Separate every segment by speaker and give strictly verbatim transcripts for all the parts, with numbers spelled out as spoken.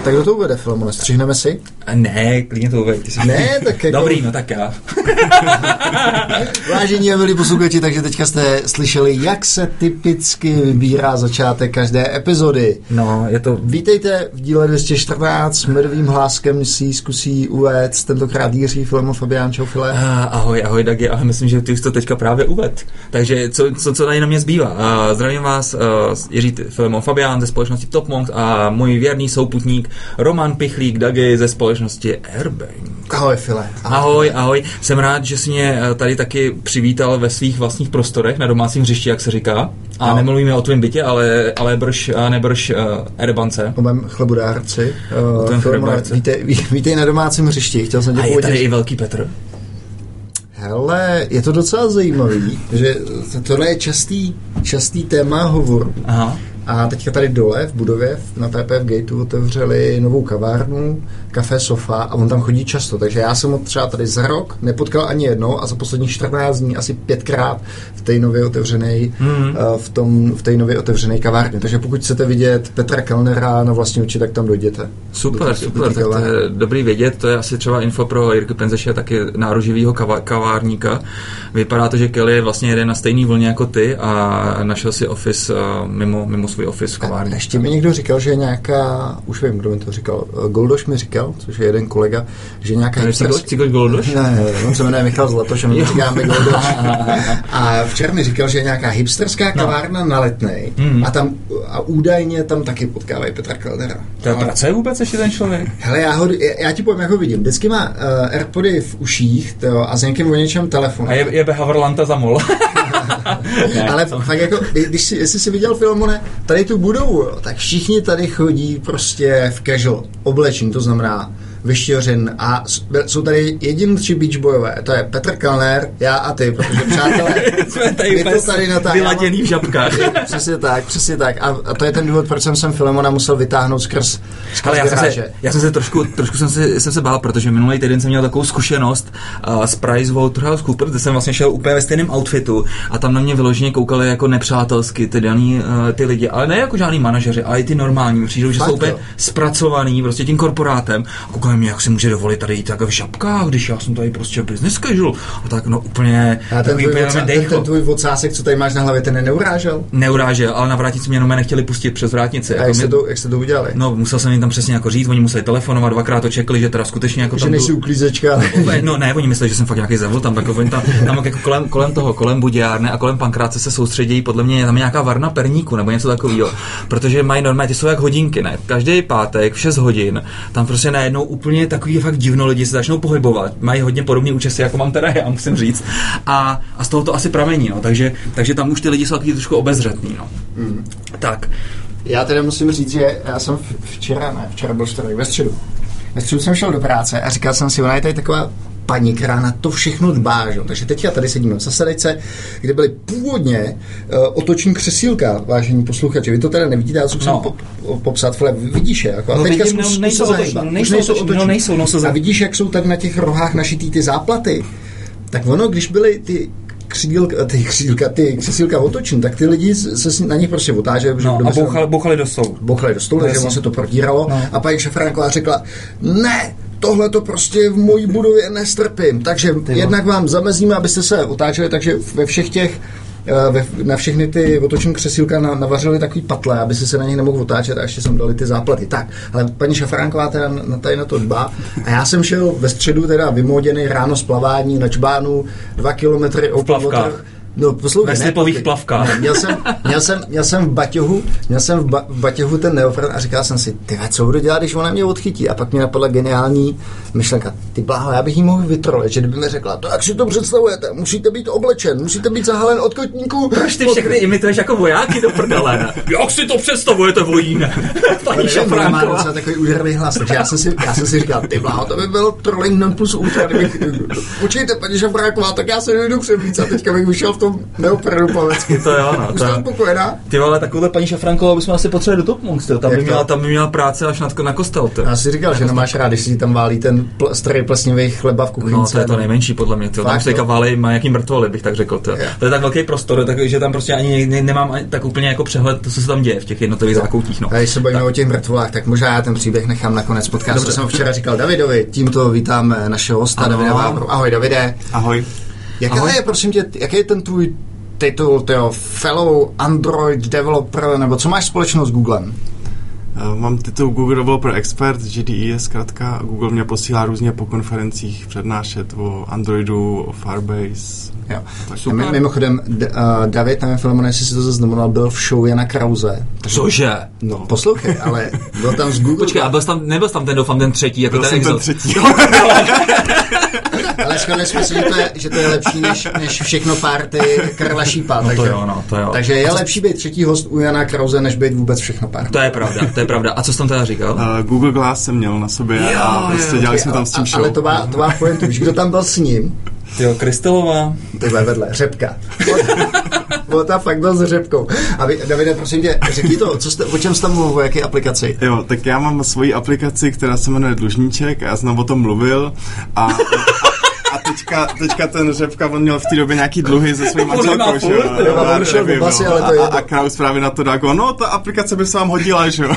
Speaker 1: Tak kdo to uvede, Filemone? Střihneme si?
Speaker 2: Ne, klidně to uveď. Jsi...
Speaker 1: Ne, tak jako...
Speaker 2: Dobrý, no tak já.
Speaker 1: Vážení a milí posluchači, takže teďka jste slyšeli, jak se typicky vybírá začátek každé epizody.
Speaker 2: No, je to...
Speaker 1: Vítejte v díle dvě stě čtrnáct, s medovým hláskem si zkusí uvést tentokrát Jiří Filemon Fabián. Čau, File.
Speaker 2: Uh, ahoj, ahoj, Dagi, ale myslím, že ty už to teďka právě uved. Takže co, co, co tady na mě zbývá? Uh, zdravím vás, uh, Jiří Filemon Fabián ze společnosti Top Monk a můj věrný souputník Roman Pichlík Dagi ze společnosti Airbang.
Speaker 1: Ahoj, File.
Speaker 2: Ahoj, ahoj. Jsem rád, že jsi mě tady taky přivítal ve svých vlastních prostorech na domácím hřišti, jak se říká. A no. Nemluvíme o tvém bytě, ale, ale brž, nebrž uh, Airbance.
Speaker 1: O mém chlebodárci.
Speaker 2: Uh, o tvém chlebodárci.
Speaker 1: Vítej, vítej na domácím hřišti. Chtěl jsem tě
Speaker 2: a
Speaker 1: povědět.
Speaker 2: Je tady i velký Petr.
Speaker 1: Hele, je to docela zajímavý, že tohle je častý, častý téma hovoru.
Speaker 2: Aha.
Speaker 1: A teďka tady dole v budově na P P F Gateu otevřeli novou kavárnu, Café Sofa, a on tam chodí často, takže já jsem ho třeba tady za rok nepotkal ani jednou a za posledních čtrnáct dní asi pětkrát v té nově otevřené mm-hmm. uh, v tom v té nově otevřené kavárně. Takže pokud chcete vidět Petra Kellnera na vlastní oči, tak tam dojděte.
Speaker 2: Super,
Speaker 1: do
Speaker 2: super, tak to je dobrý vědět, to je asi třeba info pro Jirku Penzeše, taky náruživýho kava, kavárníka. Vypadá to, že Kelly je vlastně jede na stejný vlně jako ty a našel si office uh, mimo, mimo svůj office v kavárně.
Speaker 1: Ještě mi někdo říkal, že nějaká, už vím, kdo mi to říkal, Goldoš mi říkal, což je jeden kolega, že nějaká
Speaker 2: hipsterská... Cigol Goldoš?
Speaker 1: Ne, ne, on se jmenuje Michal Zlatoš a my říkáme Goldoš. A včera mi říkal, že je nějaká hipsterská kavárna no. na Letnej mm. a tam a údajně tam taky potkávají Petra Kellnera.
Speaker 2: To je pracuje vůbec ještě ten člověk?
Speaker 1: Hele, já, ho, já ti povím, jak ho vidím. Vždycky má uh, AirPody v uších to, a s někým o něčem telefonu.
Speaker 2: A je, je Haverlanta za mol.
Speaker 1: Ne, ale to... fakt jako, když si, jestli jsi viděl, Filemone, tady tu budovu, tak všichni tady chodí prostě v casual oblečení, to znamená vyšťořen a jsou tady jediný tři beach boyové, to je Petr Kellner, já a ty, protože přátelé,
Speaker 2: jsme tady
Speaker 1: je to tady na
Speaker 2: vyladěný v žabkách.
Speaker 1: Přesně tak, přesně tak. A, a to je ten důvod, proč jsem sem Filemona musel vytáhnout skrz, skrz
Speaker 2: ale já jsem,
Speaker 1: garáže.
Speaker 2: se, já jsem se trošku, trošku jsem se, jsem se bál, protože minulý týden jsem měl takovou zkušenost uh, s PricewaterhouseCoopers, kde jsem vlastně šel úplně ve stejném outfitu a tam na mě vyloženě koukali jako nepřátelsky ty daný, uh, ty lidi, ale ne jako žádný manažeři, ale i ty normální, přijdou, že jsou úplně zpracovaný prostě tím korporátem. Koukali mě, jak si může dovolit tady jít tak v žabkách, když já jsem tady prostě business casual. A tak no úplně...
Speaker 1: A ten tvůj, oca, ten, ten tvůj ocásek, co tady máš na hlavě, ten neurážel?
Speaker 2: Neurážel, ale na vrátnici mě jenom nechtěli pustit přes vrátnici.
Speaker 1: A
Speaker 2: jako
Speaker 1: jak,
Speaker 2: mě,
Speaker 1: jste to, jak jste to udělali?
Speaker 2: No, musel jsem jim tam přesně jako říct, oni museli telefonovat, dvakrát to čekali, že teda skutečně jako
Speaker 1: že
Speaker 2: tam...
Speaker 1: Že nejsi uklízečka.
Speaker 2: No ne, oni mysleli, že jsem fakt nějaký zavol, tam, jako, oni tam, tam jako kolem, kolem toho, kolem Budějárny a kolem Pankráce se soustředí, podle mě tam je nějaká varna perníku nebo něco takového, protože mají normálně, ty jsou jak hodinky, ne? Každý pátek v šest hodin, tam prostě najednou úplně takový fakt divno lidi se začnou pohybovat. Mají hodně podobné účesy, jako mám teda já, musím říct. A, a z toho to asi pramení, no. Takže, takže tam už ty lidi jsou takový trošku obezřetný, no. Mm. Tak.
Speaker 1: Já teda musím říct, že já jsem včera, ne, včera byl čtvrtek, ve středu. Ve středu jsem šel do práce a říkal jsem si, ona je tady taková paní, která na to všechno dbá, že? Takže teďka tady sedíme v zasedejce, kde byly původně uh, otoční křesílka, vážení posluchači. Vy to teda nevidíte, já jsem no. pop, popsat, ale vidíš je. Jako, a
Speaker 2: no,
Speaker 1: teďka
Speaker 2: vidím,
Speaker 1: zkus,
Speaker 2: no, nejsou otoční, no, nejsou otoční, no, nejsou, no,
Speaker 1: a vidíš, jak jsou tady na těch rohách našitý ty záplaty. Tak ono, když byly ty křídílka, ty křídílka, ty křesílka otoční, tak ty lidi se na nich prostě otáželi.
Speaker 2: No, a bouchali, bouchali do stolu.
Speaker 1: Bouchali do stolu, takže se to prodíralo. No. A paní Šafránková řekla, ne, tohle to prostě v mojí budově nestrpím. Takže Tyvo. jednak vám zamezíme, abyste se otáčeli, takže ve všech těch Ve, na všechny ty otoční křesílka na, navařili takový patle, aby si se na něj nemohl otáčet a ještě jsem dali ty záplaty. Tak, ale paní Šafránková teda na, tady na to dbá a já jsem šel ve středu teda vymoděný ráno z plavání na čbánu dva kilometry
Speaker 2: v plavkách.
Speaker 1: No, poslouchej,
Speaker 2: ve slipových plavkách.
Speaker 1: Ne, měl, jsem, měl, jsem, měl jsem v baťohu, měl jsem v, ba, v baťohu ten neopren a říkal jsem si, ty co budu dělat, když ona mě odchytí? A pak mě napadla geniální myšlenka, ty bláho, já bych jí mohl vytrolit, že kdyby mi řekla, to jak si to představujete, musíte být oblečen, musíte být zahalen od kotníku.
Speaker 2: Proč ty všechny imituješ jako vojáky do prdele? Jak si to představujete, vojíne? Paní Šafránková.
Speaker 1: Má docela takový úderný hlas, takže já jsem si, já jsem si říkal, ty bláho, to by bylo trolling non plus ultra, kdybych, počkejte, paní Šafránková, tak já se nejdu převlíc a teďka bych vyšel v tom neopravdu plavecky.
Speaker 2: To jo, no.
Speaker 1: Už jste spokojená?
Speaker 2: Ty vole, takovouhle paní Šafrankovou bychom asi potřebovali do Top Monks, tam by, měla, tam by měla práce až na, na kostel. To.
Speaker 1: Já si říkal, že nemáš rád, když si tam válí ten pl- starý plesnivý chleba v kuchyňce.
Speaker 2: No, to je to nejmenší podle mě. Tam se válí má nějaký mrtvoly, bych tak řekl. To, to je tak velký prostor, tak, že tam prostě ani ne, nemám ani, tak úplně jako přehled, co se tam děje v těch jednotlivých zákoutích. No.
Speaker 1: A když se bavíme o těch mrtvolách, tak možná já ten příběh nechám nakonec podcastu. Jsem včera říkal Davidovi, tímto vítáme našeho hosta Davida Vávru. Ahoj Davide.
Speaker 3: Ahoj.
Speaker 1: Jaká Ahoj. je, prosím tě, jaký je ten tvůj titul, tyjo, fellow Android developer, nebo co máš společného s Googlem?
Speaker 3: Uh, mám titul Google Developer Expert, G D E zkrátka. Google mě posílá různě po konferencích přednášet o Androidu, o Firebase.
Speaker 1: Jo. Super. Mimochodem, D- uh, David, nevím, Filemon, jestli si to zaznamenal, byl v show Jana Krause.
Speaker 2: Cože?
Speaker 1: No, poslouchej, ale byl tam z Google.
Speaker 2: Počkej, a byl tam, nebyl tam ten, doufám, ten třetí, jako
Speaker 3: byl
Speaker 2: ten
Speaker 3: ten třetí.
Speaker 1: Ale shodli jsme si, že to je, že to je lepší než, než všechno party Karla Šípa.
Speaker 2: No
Speaker 1: takže,
Speaker 2: to jo, no, to jo.
Speaker 1: Takže je lepší být třetí host u Jana Krause, než být vůbec všechno party.
Speaker 2: To je pravda, to je pravda. A co jsi tam teda říkal?
Speaker 3: Uh, Google Glass jsem měl na sobě jo, a prostě jo, dělali jsme tam s tím show.
Speaker 1: Ale to má, to má pointu, víš, kdo tam byl s ním?
Speaker 2: Jo, Krystelová.
Speaker 1: Tyhle vedle, Řepka. Bylo tam fakt byl s Řepkou. A vy, Davide, prosím tě, řekni to, co jste, o čem jste tam mluvil, o jaké aplikaci?
Speaker 3: Jo, tak já mám svoji aplikaci, která se jmenuje Dlužníček a já jsem o tom mluvil a... a A teďka, teďka ten Řepka, on měl v té době nějaký dluhy se svým manželkou, že jo? A Kraus právě na to dá, jako, no, ta aplikace by se vám hodila, že jo?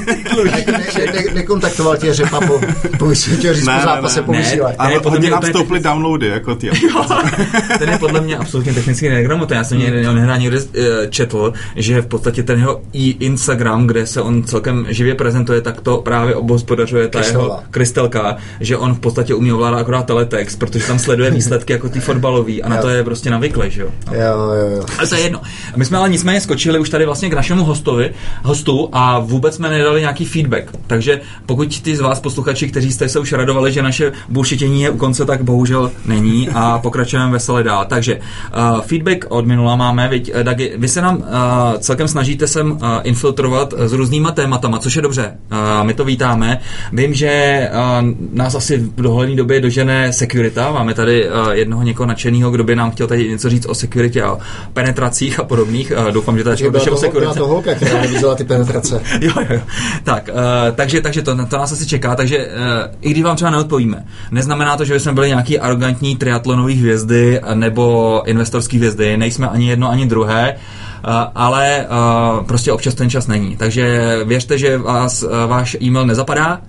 Speaker 1: Nekontaktoval tě Řepa po, po vysvětě, po zápase po vysílání.
Speaker 3: Ale hodně nám vstoupily downloady, jako ty aplikace.
Speaker 2: Ten je podle mě absolutně technicky negramotný. Já jsem nehrá někde četl, že v podstatě ten jeho i Instagram, kde se on celkem živě prezentuje, tak to právě obhospodařuje ta jeho Krystelka, že on v podstatě umí ovládat akorát teletext, protože tam sleduje výsledky jako ty fotbalový a na jo. to je prostě navyklý, že jo?
Speaker 1: No. Jo, jo, jo.
Speaker 2: Ale to je jedno. My jsme ale nicméně skočili už tady vlastně k našemu hostovi, hostu a vůbec jsme nedali nějaký feedback. Takže pokud ty z vás posluchači, kteří jste se už radovali, že naše bullshitění je u konce, tak bohužel není a pokračujeme veselé dál. Takže uh, feedback od minula máme, viď, Dagi, vy se nám uh, celkem snažíte sem uh, infiltrovat s různýma tématama, což je dobře. Uh, my to vítáme. Vím, že uh, nás asi v dohledné době dožene securita. Máme tady uh, jednoho někoho nadšeného, kdo by nám chtěl tady něco říct o security a penetracích a podobných. Uh, doufám, že tady
Speaker 1: byla to, byla to holka, která neviděla ty penetrace.
Speaker 2: jo, jo. Tak, uh, takže, takže to, to nás asi čeká. Takže uh, i když vám třeba neodpovíme, neznamená to, že bychom byli nějaký arrogantní triatlonový hvězdy nebo investorský hvězdy. Nejsme ani jedno, ani druhé. Uh, ale uh, prostě občas ten čas není. Takže věřte, že vás, uh, váš e-mail nezapadá.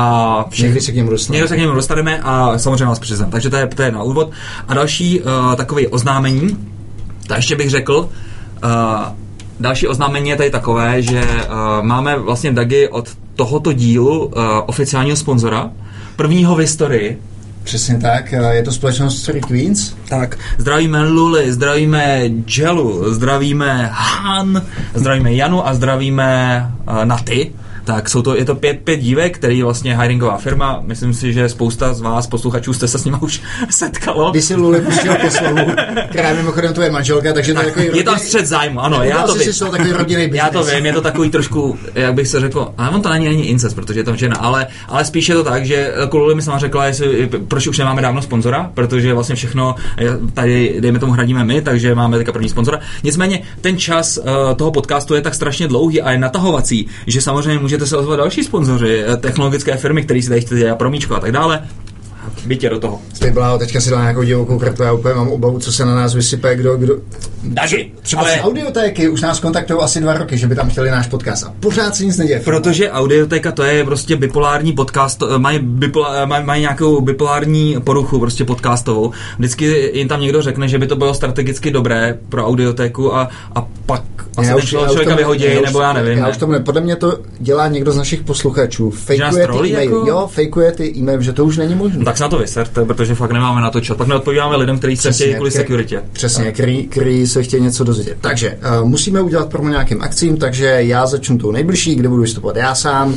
Speaker 2: A vše,
Speaker 1: někdy se k němu dostaneme.
Speaker 2: Někdy se k němu dostaneme a samozřejmě vás přiznám. Takže to je, to je na úvod. A další uh, takové oznámení, to ještě bych řekl, uh, další oznámení je tady takové, že uh, máme vlastně Dagi od tohoto dílu uh, oficiálního sponzora, prvního v historii.
Speaker 1: Přesně tak, je to společnost Three Queens.
Speaker 2: Tak, zdravíme Luli, zdravíme Jelu, zdravíme Han, zdravíme Janu a zdravíme uh, Naty. Tak jsou to, je to pět, pět dívek, který vlastně hiringová firma. Myslím si, že spousta z vás, posluchačů, jste se s nimi už setkalo.
Speaker 1: Když si Luli pustil ke slovu, která je mimochodem tvoje manželka, takže
Speaker 2: tak,
Speaker 1: to je takový...
Speaker 2: Je tam střed zájmu, ano, já to vím.
Speaker 1: Takový rodinný business.
Speaker 2: Já to vím, je to takový trošku, jak bych se řekl, ale on to není, není incest, protože je tam žena, ale, ale spíš je to tak, že Luli mi sama řekla, jestli, proč už nemáme dávno sponzora, protože vlastně všechno tady, dejme tomu, hradíme my, takže máme teďka první sponzora. Nicméně ten čas uh, toho podcastu je tak strašně dlouhý a je natahovací, že samozřejmě můžete se ozvat další sponzoři, technologické firmy, které si tady chtějí dělat promíčko a tak dále. Bytě do toho.
Speaker 1: Ty byla, teďka si dala nějakou divokou kartu, já úplně mám obavu, co se na nás vysype, kdo, kdo...
Speaker 2: Dagi,
Speaker 1: třeba
Speaker 2: ale...
Speaker 1: z audiotéky už nás kontaktují asi dva roky, že by tam chtěli náš podcast a pořád se nic neděje.
Speaker 2: Protože audiotéka to je prostě bipolární podcast, mají, bipola, maj, mají nějakou bipolární poruchu prostě podcastovou. Vždycky jim tam někdo řekne, že by to bylo strategicky dobré pro audiotéku a, a pak asi ten člověka vyhodí, nebo já nevím.
Speaker 1: Já
Speaker 2: ne?
Speaker 1: už tomu ne, podle mě to dělá někdo z našich posluchačů. Fejkuje ty e-maily. Jako... Jo, fejkuje ty e-maily, že to už není možné.
Speaker 2: Tak se na to vyserte, protože fakt nemáme na to čas. Pak neodpovídáme lidem, kteří se chtějí kvůli security.
Speaker 1: Přesně, který, který se chtějí něco dozvědět. Takže uh, musíme udělat promo nějakým akcím, takže já začnu tou nejbližší, kde budu vystupovat já sám. Uh,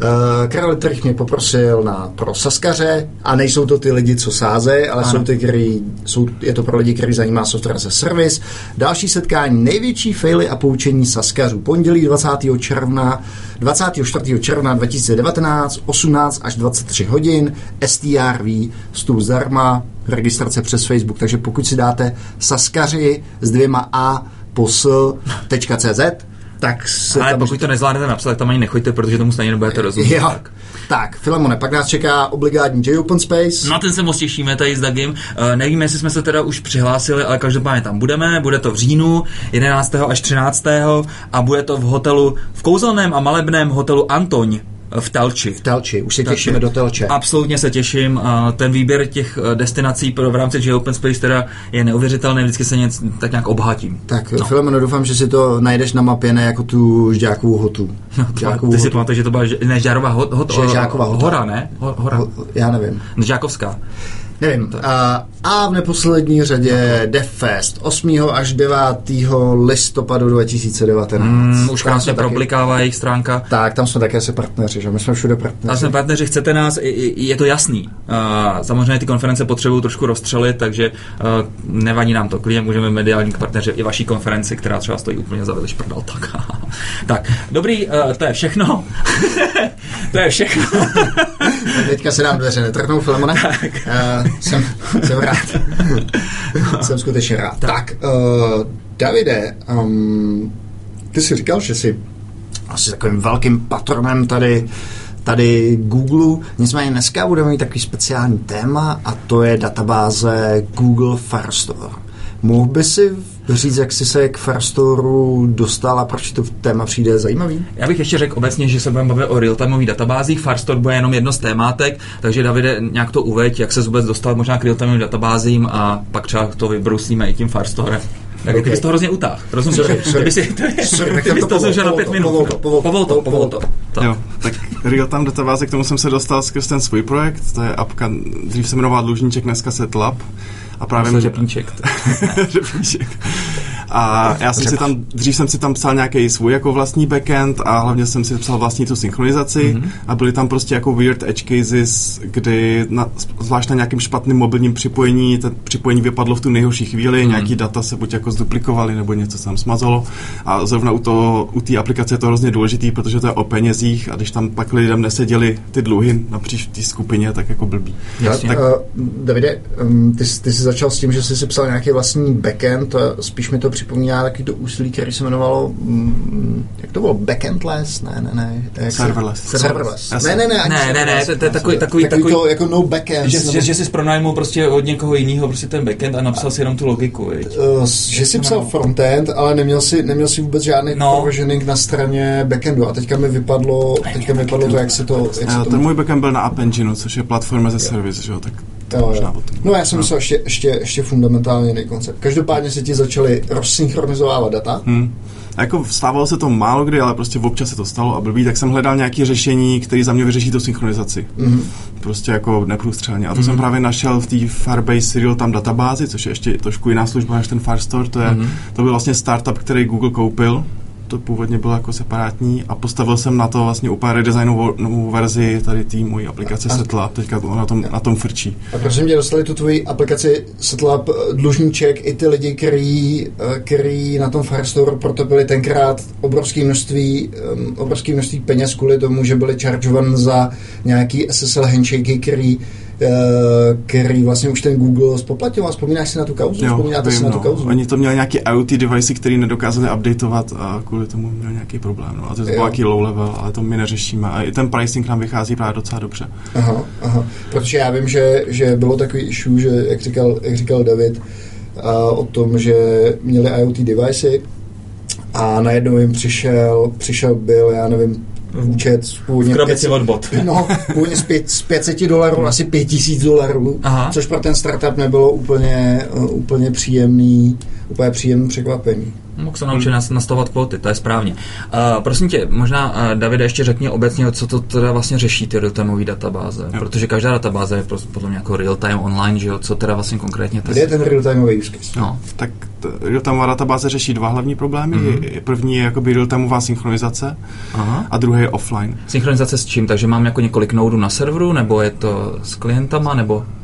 Speaker 1: Karel Trich mě poprosil na pro saskaře a nejsou to ty lidi, co sázejí, ale ano. jsou ty, který, jsou, je to pro lidi, který zajímá software as a service. Další setkání, největší faily a poučení saskařů. Pondělí dvacátého června, dvacátého čtvrtého června dva tisíce devatenáct, osmnáct až dvacet tři hodin, S T R V, vstup zdarma, registrace přes Facebook, takže pokud si dáte saskaři s dvěma a posl tečka cé zet, tak se
Speaker 2: ale
Speaker 1: tam
Speaker 2: pokud to nezvládnete napsat, tak tam ani nechoďte, protože tomu stejně nebudete rozumět.
Speaker 1: Jo. Tak, Filemone, pak nás čeká obligátní J-Open Space.
Speaker 2: Na ten se moc těšíme tady s Dagim. Uh, nevíme, jestli jsme se teda už přihlásili, ale každopádně tam budeme. Bude to v říjnu, jedenáctého až třináctého a bude to v hotelu, v kouzelném a malebném hotelu Antoň v Telči.
Speaker 1: V Telči, už se těšíme do Telče.
Speaker 2: Absolutně se těším. Ten výběr těch destinací pro v rámci J-Open Space teda je neuvěřitelný, vždycky se něco tak nějak obohatím.
Speaker 1: Tak, no. Filemone, doufám, že si to najdeš na mapě, ne jako tu Žďákovou hotu.
Speaker 2: Žďákovou ty hotu. Si pamatuješ, že to byla ne, Žďárová hot, hot,
Speaker 1: Žďáková hota.
Speaker 2: Hora, ne? Hora.
Speaker 1: Ho, já nevím.
Speaker 2: Žďákovská.
Speaker 1: Nevím. A, a v neposlední řadě DevFest osmého až devátého listopadu dva tisíce devatenáct.
Speaker 2: Mm, už krásně problikává jejich stránka.
Speaker 1: Tak, tam jsme také se partneři, že my jsme všude partneři.
Speaker 2: Tam jsme partneři, chcete nás, je to jasný. Uh, samozřejmě ty konference potřebují trošku rozstřelit, takže uh, nevadí nám to. Klidně můžeme mediální partneři i vaší konferenci, která třeba stojí úplně za veliš prdal. Tak, tak dobrý, uh, to je všechno. To je všechno.
Speaker 1: Teďka se nám dveře netrhnou, Filemone. Uh, jsem, jsem rád. Jsem skutečně rád. Tak, tak uh, Davide, um, ty jsi říkal, že jsi asi takovým velkým patronem tady, tady Google. Nicméně dneska budeme mít takový speciální téma a to je databáze Google Firestore. Mohl by si říct, jak jsi se k Firestoru dostal a proč to téma přijde zajímavý?
Speaker 2: Já bych ještě řekl obecně, že se budeme bavit o real-timeových databázích. Firestore bude jenom jedno z témátek, takže Davide, nějak to uveď, jak se vůbec dostal možná k real-timeovým databázím a pak třeba to vybruslíme i tím Firestorem. Tak okay. Ty bys to hrozně utáh, rozumíš?
Speaker 1: Sorry, sorry.
Speaker 2: Ty bys, to je,
Speaker 1: sorry,
Speaker 2: ty bys to zúžil na pět minut.
Speaker 1: Povol to, povol to, povol to, povol to.
Speaker 3: To. Jo, tak real-time databáze, k tomu jsem se dostal skrz ten svůj projekt, to je apka, dřív se jmenovala Dlužníček, dneska Setlab. A právě
Speaker 2: Řepníček.
Speaker 3: Řepníček. A já jsem si tam, dřív jsem si tam psal nějaký svůj jako vlastní backend a hlavně jsem si psal vlastní tu synchronizaci mm-hmm. a byly tam prostě jako weird edge cases, kdy na, zvlášť na nějakým špatným mobilním připojení, to připojení vypadlo v tu nejhorší chvíli, mm-hmm. nějaký data se buď jako zduplikovaly nebo něco se tam smazalo a zrovna u toho, u té aplikace je to hrozně důležitý, protože to je o penězích a když tam pak lidem neseděli ty dluhy napříč té skupině, tak jako blbý.
Speaker 1: Jasně. Tak, uh, Davide, um, ty, ty jsi začal s tím, že jsi si psal nějaký vlastní backend, spíš mi to připomíná taky to úsilí, které se jmenovalo, mm, jak to bylo, backendless? Ne, ne, ne.
Speaker 3: Serverless.
Speaker 1: Serverless.
Speaker 3: Serverless.
Speaker 1: Ne, ne, ne.
Speaker 2: Ne, ne, ne, to, to je takový, takový,
Speaker 1: takový, takový to jako no backend.
Speaker 2: Že, že, že jsi pronajmul prostě od někoho jiného prostě ten backend a napsal si jenom tu logiku, viď?
Speaker 1: Uh, že jsi psal frontend, ale neměl si, neměl si vůbec žádný no. provisioning na straně backendu a teďka mi vypadlo, teďka mi vypadlo to, jak se to... Jak
Speaker 3: já,
Speaker 1: se to
Speaker 3: ten můj backend byl na App Engineu, což je platforma ze service, že jo, tak to jo, možná
Speaker 1: jo.
Speaker 3: potom.
Speaker 1: No já jsem myslel ještě, ještě, ještě fundamentálně jiný koncept. Každopádně se ti začaly rozsynchronizovávat data.
Speaker 3: Hmm. A jako stávalo se to málo kdy, ale prostě občas se to stalo a blbý, tak jsem hledal nějaké řešení, které za mě vyřeší tu synchronizaci. Mm-hmm. Prostě jako neprůstřelně. A to mm-hmm. jsem právě našel v té Firebase real-time databázi, což je ještě trošku jiná služba než ten Firestore. To, je, mm-hmm. to byl vlastně startup, který Google koupil. To původně bylo jako separátní a postavil jsem na to vlastně úplně redesignovou verzi tady té mojí aplikace Setlab, teďka na tom, na tom frčí.
Speaker 1: A prosím tě, dostali tu tvoji aplikaci Setlab dlužníček i ty lidi, který, který na tom Firestore protopili tenkrát obrovské množství, um, obrovské množství peněz kvůli tomu, že byli chargeovan za nějaký S S L handshakey, který který vlastně už ten Google spoplatňoval. Vzpomínáš si na tu kauzu?
Speaker 3: Jo,
Speaker 1: Vzpomínáte
Speaker 3: vím,
Speaker 1: si na tu
Speaker 3: no.
Speaker 1: kauzu?
Speaker 3: Oni to měli nějaký IoT device, který nedokázali updateovat a kvůli tomu měli nějaký problém. No. A to je nějaký low level, ale to my neřešíme. A i ten pricing nám vychází právě docela dobře.
Speaker 1: Aha, aha. Protože já vím, že, že bylo takový issue, že jak říkal, jak říkal David, a o tom, že měli IoT device a najednou jim přišel, přišel byl, já nevím, účet
Speaker 2: v krabici od bot.
Speaker 1: No, původně z pět set dolarů, asi pět tisíc dolarů, Aha. což pro ten startup nebylo úplně, uh, úplně příjemný, úplně příjemný překvapení.
Speaker 2: Mohl se naučit nastavovat kvóty, to je správně. Uh, prosím tě, možná, uh, Davide, ještě řekni obecně, co to teda vlastně řeší ty real-timeové databáze, jo. Protože každá databáze je podle mě jako real-time online, že jo, co teda vlastně konkrétně...
Speaker 1: Kde je ten real-timeový use case?
Speaker 3: No, tak real-timeová databáze řeší dva hlavní problémy. Mm-hmm. První je jakoby real-timeová synchronizace Aha. a druhý je offline.
Speaker 2: Synchronizace s čím? Takže mám jako několik nodů na serveru, nebo je to s klientama, nebo...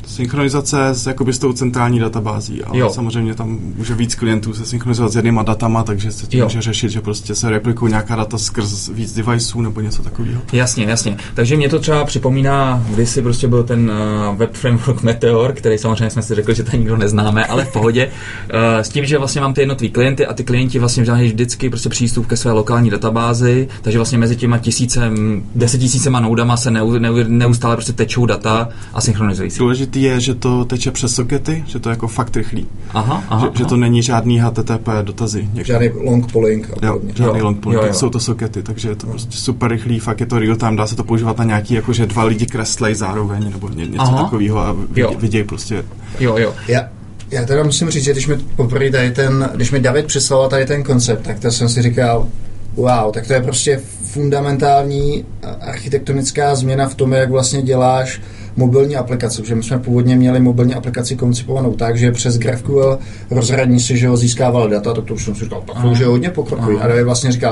Speaker 3: Synchronizace s, jakoby s tou centrální databází, ale jo. samozřejmě tam může víc klientů se synchronizovat s jednýma datama, takže se tím může řešit, že prostě se replikují nějaká data skrz víc deviceů nebo něco takového.
Speaker 2: Jasně, jasně. Takže mě to třeba připomíná, kdysi prostě byl ten uh, web framework Meteor, který samozřejmě jsme si řekli, že to nikdo neznáme, ale v pohodě. Uh, s tím, že vlastně mám ty jednotlivý klienty a ty klienti vlastně mají vždycky prostě přístup ke své lokální databázi, takže vlastně mezi těma tisícem, desetitisícema noudama se neu, neu, neustále prostě tečou data a synchronizují.
Speaker 3: Důležitý je, že to teče přes sokety, že to je jako fakt rychlý.
Speaker 2: Aha, aha,
Speaker 3: že,
Speaker 2: aha.
Speaker 3: že to není žádný H T T P dotazy. Někdo.
Speaker 1: Žádný long polling.
Speaker 3: Jo, žádný long polling, jo, jo. Jsou to sokety, takže je to prostě super rychlý, fakt je to real time, dá se to používat na nějaký, jako že dva lidi kreslej zároveň, nebo ně, něco aha. takového a vidě, vidějí prostě.
Speaker 2: Jo, jo.
Speaker 1: Já, já teda musím říct, že když mi poprvé tady ten, když mi David přislal tady ten koncept, tak to jsem si říkal, wow, tak to je prostě fundamentální architektonická změna v tom, jak vlastně děláš mobilní aplikace, protože my jsme původně měli mobilní aplikaci koncipovanou tak, že přes GraphQL rozhradní si, že ho získával data, tak to už jsem si říkal, tak to už je hodně pokrokový. A David vlastně říkal,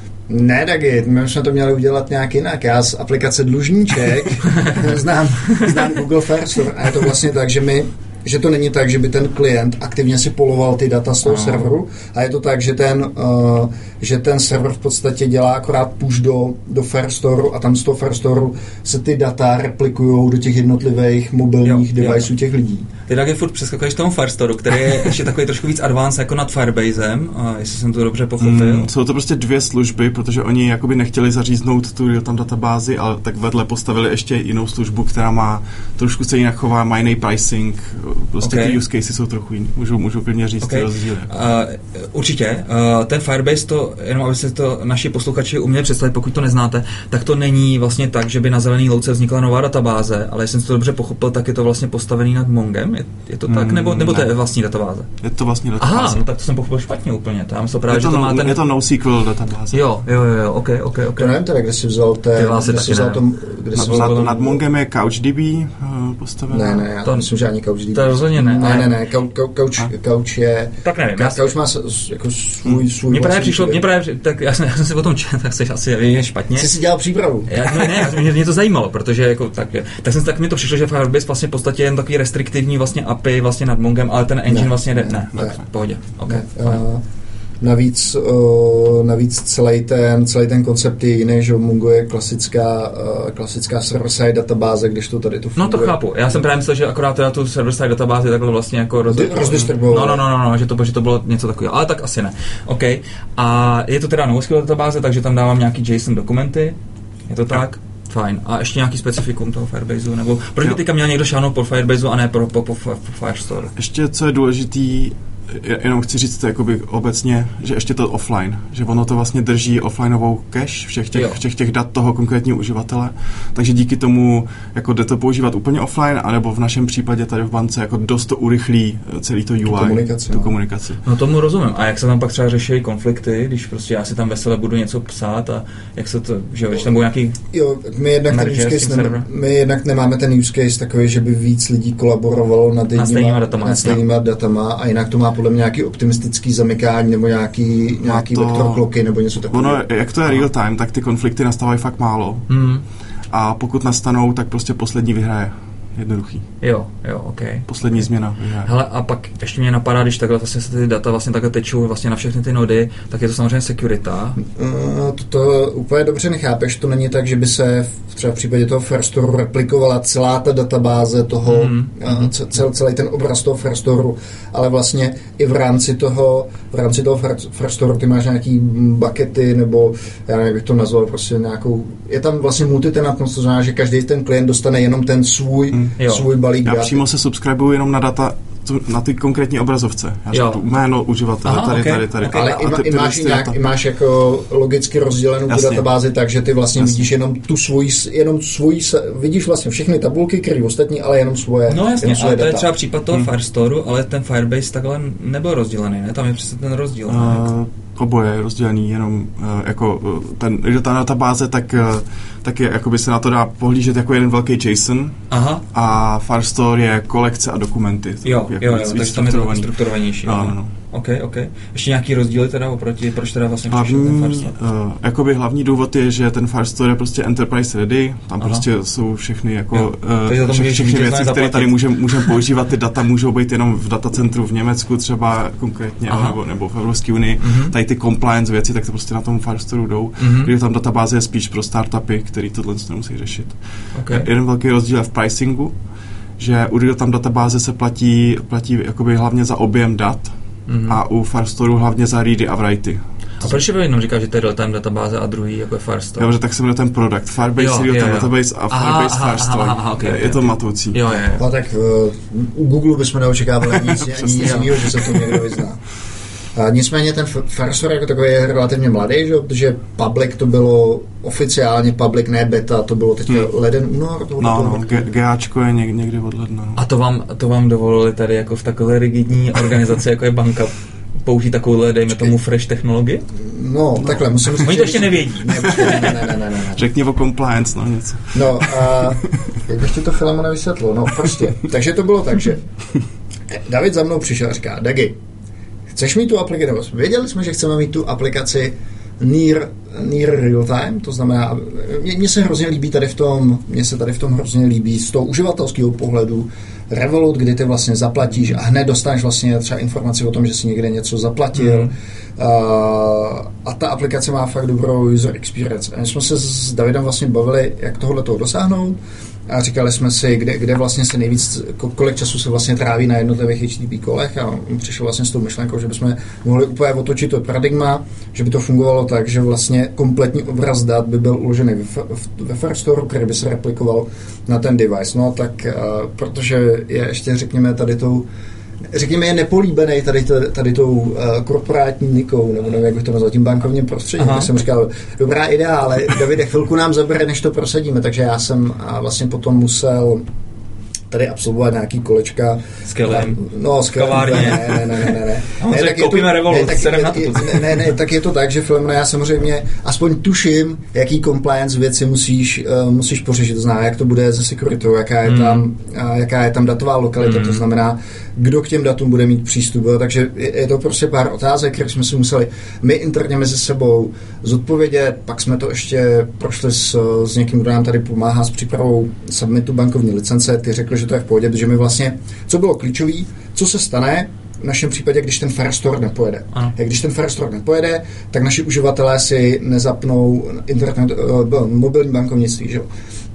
Speaker 1: ne, Dagi, my jsme to měli udělat nějak jinak. Já z aplikace dlužníček znám, znám Google First a je to vlastně tak, že my že to není tak, že by ten klient aktivně si poloval ty data z toho no. serveru a je to tak, že ten, uh, že ten server v podstatě dělá akorát push do, do Firestore a tam z toho Firestore se ty data replikujou do těch jednotlivých mobilních jo, deviceů jo. těch lidí.
Speaker 2: Ty taky furt přeskakuješ tomu Firestore, který je ještě takový trošku víc advanced jako nad Firebasem, a jestli jsem to dobře pochopil.
Speaker 3: Mm, jsou to prostě dvě služby, protože oni jakoby nechtěli zaříznout tu real-time databázi, ale tak vedle postavili ještě jinou službu, která má trošku se jinak chová, má jiný pricing. Prostě okay. ty use cases jsou trochu jiný. Můžu, můžu klidně říct okay. ty rozdíly. Uh,
Speaker 2: určitě. Uh, ten Firebase, to, jenom aby se to naši posluchači uměli představit, pokud to neznáte, tak to není vlastně tak, že by na zelený louce vznikla nová databáze, ale jestli jsem to dobře pochopil, tak je to vlastně postavený nad Mongem. Je, je to tak? Mm, nebo nebo to je vlastní databáze?
Speaker 3: Je to vlastní databáze.
Speaker 2: Aha, no tak to jsem pochopil špatně úplně. To, to právě,
Speaker 3: je, to
Speaker 2: že to
Speaker 3: no,
Speaker 2: má ten...
Speaker 3: je to NoSQL databáze.
Speaker 2: Jo, jo, jo, ok, ok, ok.
Speaker 1: To nevím teda, kde jsi vzal ten...
Speaker 2: Kde jsi vzal
Speaker 1: tom, kde
Speaker 3: nad,
Speaker 1: vzal
Speaker 3: nad, nad Mongem je CouchDB uh, postavený.
Speaker 1: Ne, ne, já to myslím, že ani CouchDB.
Speaker 2: To rozhodně ne.
Speaker 1: Ne, ne, ne, Couch, couch je...
Speaker 2: Tak nevím.
Speaker 1: Couch má jako svůj, svůj
Speaker 2: Mně právě přišlo, mně právě, tak já jsem, já jsem si o tom četl, tak jsi asi je špatně.
Speaker 1: Jsi si dělal přípravu.
Speaker 2: Já, no, ne, mě, mě to zajímalo, protože jako tak, tak jsem tak mi to přišlo, že Firebase vlastně v podstatě je jen takový restriktivní vlastně A P I vlastně nad Mongem, ale ten engine ne, vlastně jde, ne, ne, v pohodě, okay,
Speaker 1: ne, uh, Navíc, uh, navíc celý ten, celý ten koncept je jiný, že Mongo je klasická, uh, klasická server-side databáze, když to tady to funguje.
Speaker 2: No to chápu. Já jsem právě myslel, že akorát teda tu server-side databázi takhle vlastně jako roz...
Speaker 1: rozdistribuoval.
Speaker 2: No, no, no, no, no, že to, že to bylo něco takového, ale tak asi ne. OK. A je to teda NoSQL databáze, takže tam dávám nějaký JSON dokumenty. Je to tak? Fajn. A ještě nějaký specifikum toho Firebaseu? Nebo proč by teďka měl někdo šáhnout po Firebaseu a ne po, po, po, po Firestore?
Speaker 3: Ještě co je důležitý, jenom chci říct jakoby obecně, že ještě to offline, že ono to vlastně drží offlineovou cache všech těch, všech těch dat toho konkrétního uživatele, takže díky tomu jako jde to používat úplně offline, anebo v našem případě tady v bance jako dost to urychlí celý to U I, tu
Speaker 1: komunikaci.
Speaker 3: Tu komunikaci.
Speaker 2: No tomu rozumím. A jak se tam pak třeba řeší konflikty, když prostě já si tam vesele budu něco psát a jak se to, že když tam bude nějaký
Speaker 1: jo, my jednak, ten use case ne, my jednak nemáme ten use case takový, že by víc lidí kolaborovalo nad jedníma datama, nad stejnýma datama a jinak to má podle mě nějaký optimistický zamykání nebo nějaký, nějaký
Speaker 3: to,
Speaker 1: vektor kloky nebo něco takového.
Speaker 3: Ono, jak to je real time, tak ty konflikty nastávají fakt málo. Mm. A pokud nastanou, tak prostě poslední vyhraje. Jednoduchý.
Speaker 2: Jo, jo, ok.
Speaker 3: Poslední změna.
Speaker 2: Hele, a pak ještě mě napadá, když takhle vlastně se ty data vlastně takhle tečou vlastně na všechny ty nody, tak je to samozřejmě securita.
Speaker 1: Uh, to, to úplně dobře nechápeš, to není tak, že by se v, třeba v případě toho Firestore replikovala celá ta databáze toho, mm, uh, cel, celý ten obraz toho Firestore, ale vlastně i v rámci toho, v rámci toho Firestore ty máš nějaký buckety, nebo já nevím, jak bych to nazval, prostě nějakou, je tam vlastně multitenantnost, to znamená, že každý ten klient dostane jenom ten svůj mm. Jo. svůj balík
Speaker 3: já
Speaker 1: dat.
Speaker 3: přímo se subscribuju jenom na data, na ty konkrétní obrazovce. Já řeknu jméno uživatele,
Speaker 2: Aha,
Speaker 3: tady,
Speaker 2: okay.
Speaker 3: tady, tady.
Speaker 1: Okay. Ale i, ty, i, máš nějak, i máš jako logicky rozdělenou tu databázi, takže ty vlastně jasně. vidíš jenom tu svůj, jenom svůj, vidíš vlastně všechny tabulky, které ostatní, ale jenom svoje.
Speaker 2: No jasně,
Speaker 1: svoje
Speaker 2: ale to
Speaker 1: data.
Speaker 2: je třeba případ toho hmm. Firestoreu, ale ten Firebase takhle nebyl rozdělený, ne? Tam je přesně ten rozdíl. Uh,
Speaker 3: oboje je rozdělený, jenom uh, jako uh, ten, ta databáze, tak, uh, tak je, jakoby se na to dá pohlížet jako jeden velký JSON.
Speaker 2: Aha.
Speaker 3: A Firestore je kolekce a dokumenty.
Speaker 2: Jo, jako jo, jo, takže tam je to strukturovanější.
Speaker 3: No, no, no.
Speaker 2: OK, OK. Ještě nějaký rozdíly teda oproti, proč teda vlastně
Speaker 3: hlavní, ten Firestore? Uh, jakoby hlavní důvod je, že ten Firestore je prostě enterprise ready, tam Aha. prostě jsou všechny jako uh, všechny, všechny věci, které tady můžeme můžem používat, ty data můžou být jenom v datacentru v Německu třeba konkrétně, nebo, nebo v Evropské unii, uh-huh. tady ty compliance věci, tak to prostě na tom Firestore jdou, uh-huh. když tam databáze je spíš pro startupy, který tohle nemusí řešit. Okay. Jeden velký rozdíl je v pricingu, že u real-time databáze se platí, platí jakoby hlavně za objem dat, mm-hmm. a u Firestoreu hlavně za ready a writey.
Speaker 2: A proč je jenom říká, že to je real-time databáze a druhý jako je Firestore?
Speaker 3: Jo, že tak se jmenuje ten produkt. Firebase real-time database a Firebase Firestore. Okay, je okay. to matoucí.
Speaker 2: Jo, jo, jo.
Speaker 1: A tak uh, u Google bychom neočekávali nic jiného, že se to někdo vyzná. A nicméně ten Firestore jako takový je relativně mladý, že? Protože public to bylo oficiálně public, ne beta, to bylo teď hmm. leden, únor.
Speaker 3: No, no, GAčko je někdy od ledna. No.
Speaker 2: A to vám, to vám dovolili tady jako v takové rigidní organizaci, jako je banka, použít takovouhle, dejme tomu, fresh technologii?
Speaker 1: No, no. takhle, musím říct...
Speaker 2: Oni to ještě nevědí.
Speaker 1: Ne, ne, ne, ne, ne, ne, ne.
Speaker 3: Řekni o compliance, no něco.
Speaker 1: No, a jak bych ti to Filemo nevysvětlil, no prostě. Takže to bylo tak, že David za mnou přišel a říká, Dagi, chceš mít tu aplikaci? Věděli jsme, že chceme mít tu aplikaci near, near real time, to znamená, mně se hrozně líbí tady v tom, mně se tady v tom hrozně líbí z toho uživatelského pohledu Revolut, kdy ty vlastně zaplatíš a hned dostaneš vlastně třeba informaci o tom, že si někde něco zaplatil. Mm. A, a ta aplikace má fakt dobrou user experience. A my jsme se s Davidem vlastně bavili, jak tohle toho dosáhnout. A říkali jsme si, kde, kde vlastně se nejvíc, kolik času se vlastně tráví na jednotlivých H T T P kolech, a on přišel vlastně s tou myšlenkou, že bychom mohli úplně otočit to paradigma, že by to fungovalo tak, že vlastně kompletní obraz dat by byl uložený ve Firestoreu, který by se replikoval na ten device. No tak, uh, protože je ještě, řekněme, tady tou řekněme, je nepolíbený tady, tady tou uh, korporátní nikou, nebo nevím, jak bych to nazval, tím bankovním prostředím. Tak jsem říkal, dobrá idea, ale Davide, chvilku nám zabere, než to prosadíme, takže já jsem uh, vlastně potom musel tady absolvovat nějaký kolečka.
Speaker 2: S Kelem.
Speaker 1: No, s Kelem. Ne, ne, ne, ne, ne.
Speaker 2: ne, tak je to, Revolut, ne, tak, je,
Speaker 1: ne, ne, tak je to tak, že Filemo, já samozřejmě aspoň tuším, jaký compliance věci musíš, uh, musíš pořešit, to znamená, jak to bude se securitou, jaká je tam, uh, jaká je tam datová lokalita, mm. to znamená, kdo k těm datům bude mít přístup. Jo? Takže je, je to prostě pár otázek, které jsme si museli my interně mezi sebou zodpovědět, pak jsme to ještě prošli s, s někým, kdo nám tady pomáhá s přípravou submitu bankovní licence, ty řekli, že to je v pohodě, protože my vlastně, co bylo klíčový, co se stane v našem případě, když ten Firestore nepojede. Ano. Když ten Firestore nepojede, tak naši uživatelé si nezapnou internet, uh, mobilní bankovnictví, že jo.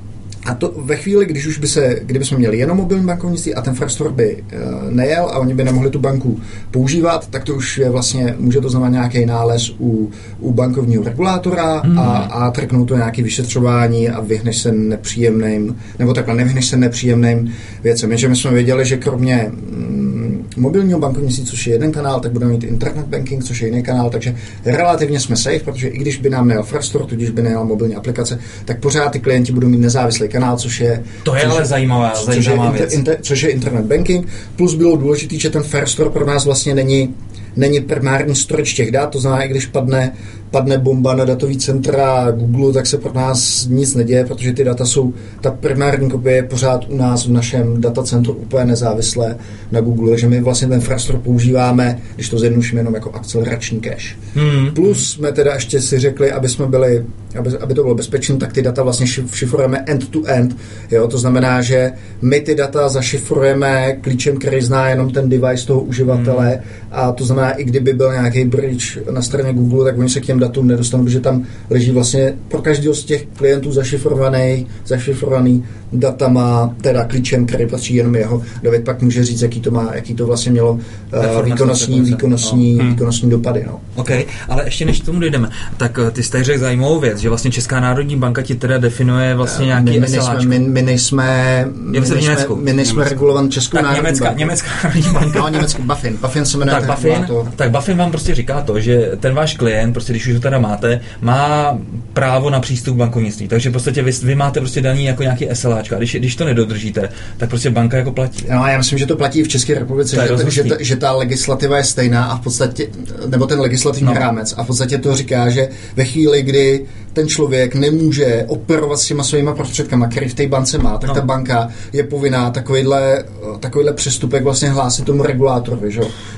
Speaker 1: A to ve chvíli, když už by se, kdyby jsme měli jenom mobilní bankovnictví a ten Firestore by uh, nejel a oni by nemohli tu banku používat, tak to už je vlastně, může to znamenat nějaký nález u, u bankovního regulátora mm. a, a trknou to nějaké vyšetřování a vyhneš se nepříjemným, nebo takhle, nevyhneš se nepříjemným věcem. Jenže my jsme věděli, že kromě mm, mobilního bankovnictví, což je jeden kanál, tak budeme mít internet banking, což je jiný kanál, takže relativně jsme safe, protože i když by nám nejel Firestore, tudíž by nejel mobilní aplikace, tak pořád ty klienti budou mít nezávislý kanál, což je...
Speaker 2: To je ale zajímavá,
Speaker 1: což
Speaker 2: zajímavá
Speaker 1: je
Speaker 2: věc.
Speaker 1: Inter, inter, což je internet banking, plus bylo důležité, že ten Firestore pro nás vlastně není, není primární storage těch dat, to znamená, i když padne, padne bomba na datový centra Google, tak se pro nás nic neděje, protože ty data jsou, ta primární kopie je pořád u nás v našem datacentru úplně nezávislé na Google, takže my vlastně ten Firestore používáme, když to zjednodušíme, jenom jako akcelerační cache. Hmm. Plus jsme teda ještě si řekli, aby jsme byli, aby, aby to bylo bezpečné, tak ty data vlastně šifrujeme end-to-end, jo, to znamená, že my ty data zašifrujeme klíčem, který zná jenom ten device toho uživatele, hmm. a to znamená, i kdyby byl nějaký bridge na straně Google, tak oni se k těm datům nedostanou, protože tam leží vlastně pro každého z těch klientů zašifrovaný, zašifrovaný data má teda klíčem, který patří jenom jeho. David pak může říct, jaký to má, jaký to vlastně mělo uh, výkonnostní, výkonnostní, no. výkonnostní dopady. No.
Speaker 2: OK, ale ještě než k tomu dojdeme, tak ty jste řekl zajímavou věc, že vlastně Česká národní banka ti teda definuje vlastně nějaký
Speaker 1: SLAčko. My, my nejsme, my nejsme, my nejsme regulovan Českou
Speaker 2: tak
Speaker 1: národní
Speaker 2: Německá,
Speaker 1: banku.
Speaker 2: Německá národní banka.
Speaker 1: No, německý Bafin. Bafin se jmenuje.
Speaker 2: Tak Bafin, to... tak Bafin vám prostě říká to, že ten váš klient, prostě když už ho teda máte, má právo na přístup k bankovnictví. Takže v podstatě vy, vy máte prostě daný jako nějaký SLAčka. Když, když to nedodržíte, tak prostě banka jako platí.
Speaker 1: No, já myslím, že to platí v České republice, že, že, ta, že ta legislativa je stejná a v podstatě, nebo ten legislativní no. rámec, a v podstatě to říká, že ve chvíli, kdy ten člověk nemůže operovat s těma svýma prostředkama, který v té bance má, tak no. ta banka je povinná takovýhle, takovýhle přestupek vlastně hlásit tomu regulátorovi, že? A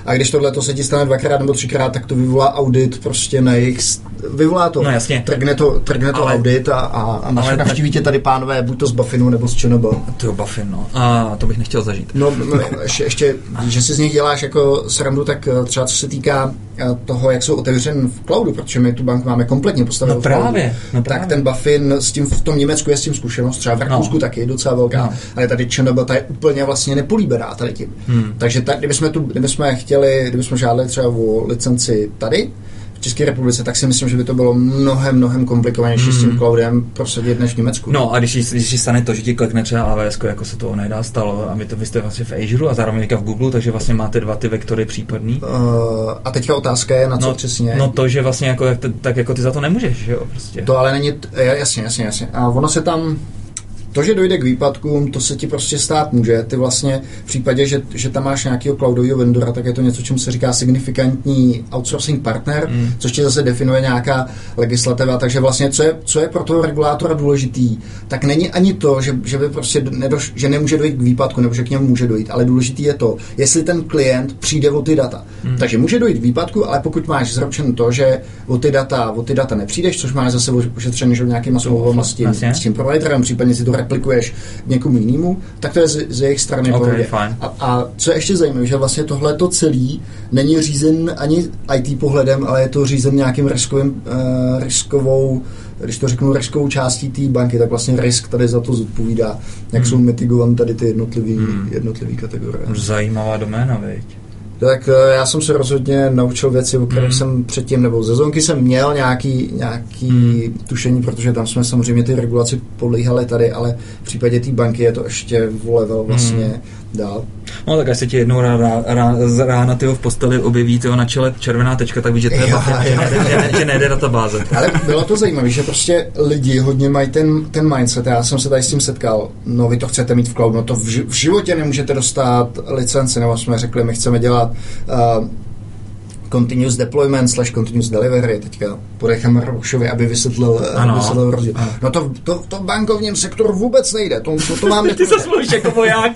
Speaker 1: A když tohle to se ti stane dvakrát nebo třikrát, tak to vyvolá audit prostě na jejich, vyvolá to,
Speaker 2: no, jasně.
Speaker 1: trgne to, trgne to ale, audit a, a, a naši, navštíví tě tady pánové, buď to z Buffinu nebo z ČNB.
Speaker 2: To Buffin, no. A to bych nechtěl zažít.
Speaker 1: No, ještě, ještě, že si z nich děláš jako srandu, tak třeba co se týká toho, jak jsou otevřen v cloudu, protože my tu banku máme kompletně postavenou
Speaker 2: no
Speaker 1: v cloudu,
Speaker 2: právě, no
Speaker 1: tak ten Buffin s tím v tom Německu je s tím zkušenost, třeba v Rakousku no. taky docela velká, no. ale tady ČNB ta je úplně vlastně nepolíbená tady tím. Hmm. Takže tak, kdybychom, tu, kdybychom chtěli, kdybychom žádali třeba o licenci tady, v České republice, tak si myslím, že by to bylo mnohem, mnohem komplikovanější hmm. s tím cloudem prosadit než v Německu.
Speaker 2: No a když, když stane to, že ti klikne třeba A W S, jako se to nedá stalo, a vy to vy jste vlastně v Azure a zároveň v Google, takže vlastně máte dva ty vektory případný.
Speaker 1: Uh, a teďka otázka je, na co
Speaker 2: no,
Speaker 1: přesně?
Speaker 2: No to, že vlastně jako, tak jako ty za to nemůžeš, že jo, prostě.
Speaker 1: To ale není, jasně, jasně, jasně. A ono se tam, to, že dojde k výpadkům, to se ti prostě stát může. Ty vlastně v případě, že, že tam máš nějakého cloudového vendora, tak je to něco, čemu se říká signifikantní outsourcing partner, mm. což ti zase definuje nějaká legislativa. Takže vlastně, co je, co je pro toho regulátora důležitý, tak není ani to, že, že, by prostě nedoš, že nemůže dojít k výpadku, nebo že k němu může dojít, ale důležitý je to, jestli ten klient přijde o ty data. Mm. Takže může dojít k výpadku, ale pokud máš zaručeno to, že o ty data, o ty data nepřijdeš, což máš zase ošetřený nějakýma smlouvama s tím, s tím providerem, případně si to replikuješ někomu jinému, tak to je z, z jejich strany
Speaker 2: okay,
Speaker 1: pohodě. A, a co je ještě zajímavé, že vlastně tohleto celý není řízen ani í té pohledem, ale je to řízen nějakým riskovým, uh, riskovou, když to řeknu, riskovou částí té banky, tak vlastně risk tady za to zodpovídá, jak hmm. jsou mitigované tady ty jednotlivý, hmm. jednotlivý kategorie.
Speaker 2: Zajímavá doména, viď?
Speaker 1: Tak já jsem se rozhodně naučil věci, o kterých mm. jsem předtím, nebo ze Zonky jsem měl nějaký, nějaký mm. tušení, protože tam jsme samozřejmě ty regulaci podlíhali tady, ale v případě té banky je to ještě o level vlastně mm. dál.
Speaker 2: No tak až se ti jednou rána, rána, rána tyho v posteli objeví tyho na čele červená tečka, tak víš, že to je Buffin, že, nejde, že nejde databáze.
Speaker 1: Ale bylo to zajímavé, že prostě lidi hodně mají ten, ten mindset, já jsem se tady s tím setkal, no vy to chcete mít v cloud, no to v, v životě nemůžete dostat licenci, nebo jsme řekli, my chceme dělat uh, continuous deployment slash continuous delivery, teďka podecháme Roušovi, aby vysvětlil, ano, vysvětlil rozdíl. Ano. No to, to, to v bankovním sektoru vůbec nejde, to, to, to mám...
Speaker 2: Ty se mluvíš jako voják.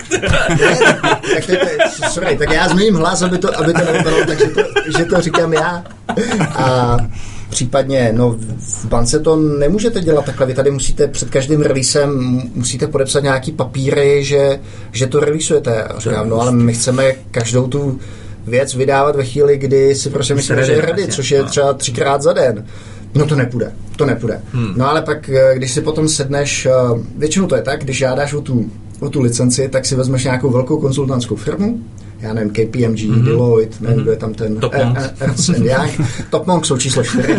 Speaker 1: tak, tak, sorry, tak já změním hlas, aby to, aby to nevypadalo, takže to, že to říkám já. A případně, no v bance to nemůžete dělat takhle, vy tady musíte před každým releasem musíte podepsat nějaký papíry, že, že to releaseujete. A říkám, no ale my chceme každou tu věc vydávat ve chvíli, kdy si prostě myslíme, že je ready, což je třeba třikrát za den. No to nepůjde, to nepůjde. Hmm. No ale pak, když si potom sedneš, většinou to je tak, když žádáš o tu, o tu licenci, tak si vezmeš nějakou velkou konzultantskou firmu, já nevím, K P M G, mm-hmm. Deloitte, nevím, kdo je tam ten Ernst and Young, Top Monk jsou číslo čtyři.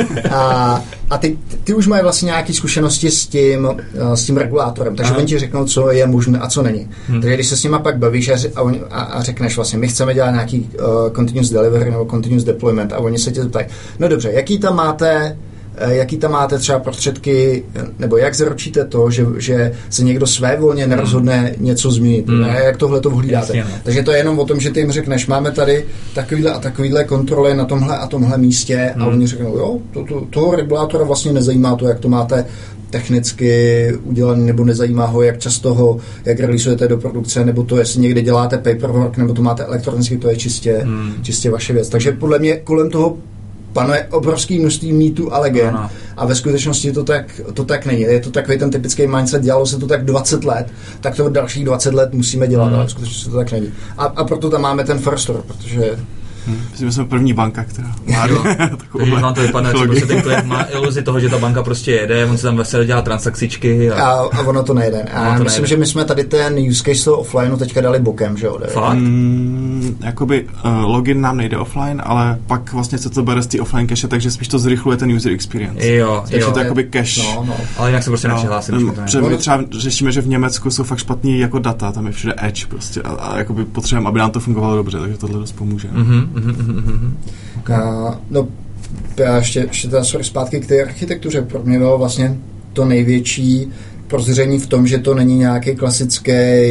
Speaker 1: A, a ty, ty už mají vlastně nějaké zkušenosti s tím, s tím regulátorem, takže oni ti řeknou, co je možné a co není. Hmm. Takže když se s nima pak bavíš a, a, a řekneš vlastně, my chceme dělat nějaký uh, continuous delivery nebo continuous deployment a oni se tě zeptají, no dobře, jaký tam máte jaký tam máte třeba prostředky, nebo jak zaručíte to, že, že se někdo svévolně nerozhodne něco změnit. Mm. Jak tohle to vhlídáte. Jasně, no. Takže to je jenom o tom, že ty jim řekneš, máme tady takovýhle a takovýhle kontroly na tomhle a tomhle místě mm. a oni řeknou, jo, to, to, toho regulátora vlastně nezajímá to, jak to máte technicky udělaný, nebo nezajímá ho, jak často ho, jak releaseujete do produkce, nebo to, jestli někde děláte paperwork, nebo to máte elektronicky, to je čistě, mm. čistě vaše věc. Takže podle mě kolem toho panuje obrovský množství mýtů a legend no. a ve skutečnosti to tak, to tak není. Je to takový ten typický mindset, dělalo se to tak dvacet let, tak to dalších dvacet let musíme dělat, mm. ale v skutečnosti to tak není. A, a proto tam máme ten first store, protože
Speaker 3: Hmm. Myslím, že jsme první banka, která má
Speaker 2: takovou vám to vypadne, že prostě ten klient má iluzi toho, že ta banka prostě jede, on se tam veselě dělá transakcičky. A,
Speaker 1: a, a ono to nejde. A ono to myslím, nejde. Že my jsme tady ten use case toho offlineu teďka dali bokem, že jo?
Speaker 2: Fakt?
Speaker 3: Mm, jakoby uh, login nám nejde offline, ale pak vlastně se to bere z té offline cache, takže spíš to zrychluje ten user experience.
Speaker 2: Jo,
Speaker 3: takže
Speaker 2: jo.
Speaker 3: to je jakoby cache.
Speaker 2: No, no. Ale jinak se prostě nepřihlásím.
Speaker 3: No, my třeba řešíme, že v Německu jsou fakt špatný jako data, tam je všude edge prostě a, a jakoby potřebujeme, aby nám to fungovalo dobře, takže tohle dost pomůže.
Speaker 2: Mm-hmm, mm-hmm.
Speaker 1: Okay. A, no, já ještě, ještě teda sorry, zpátky k té architektuře. Pro mě bylo vlastně to největší prozření v tom, že to není nějaký klasický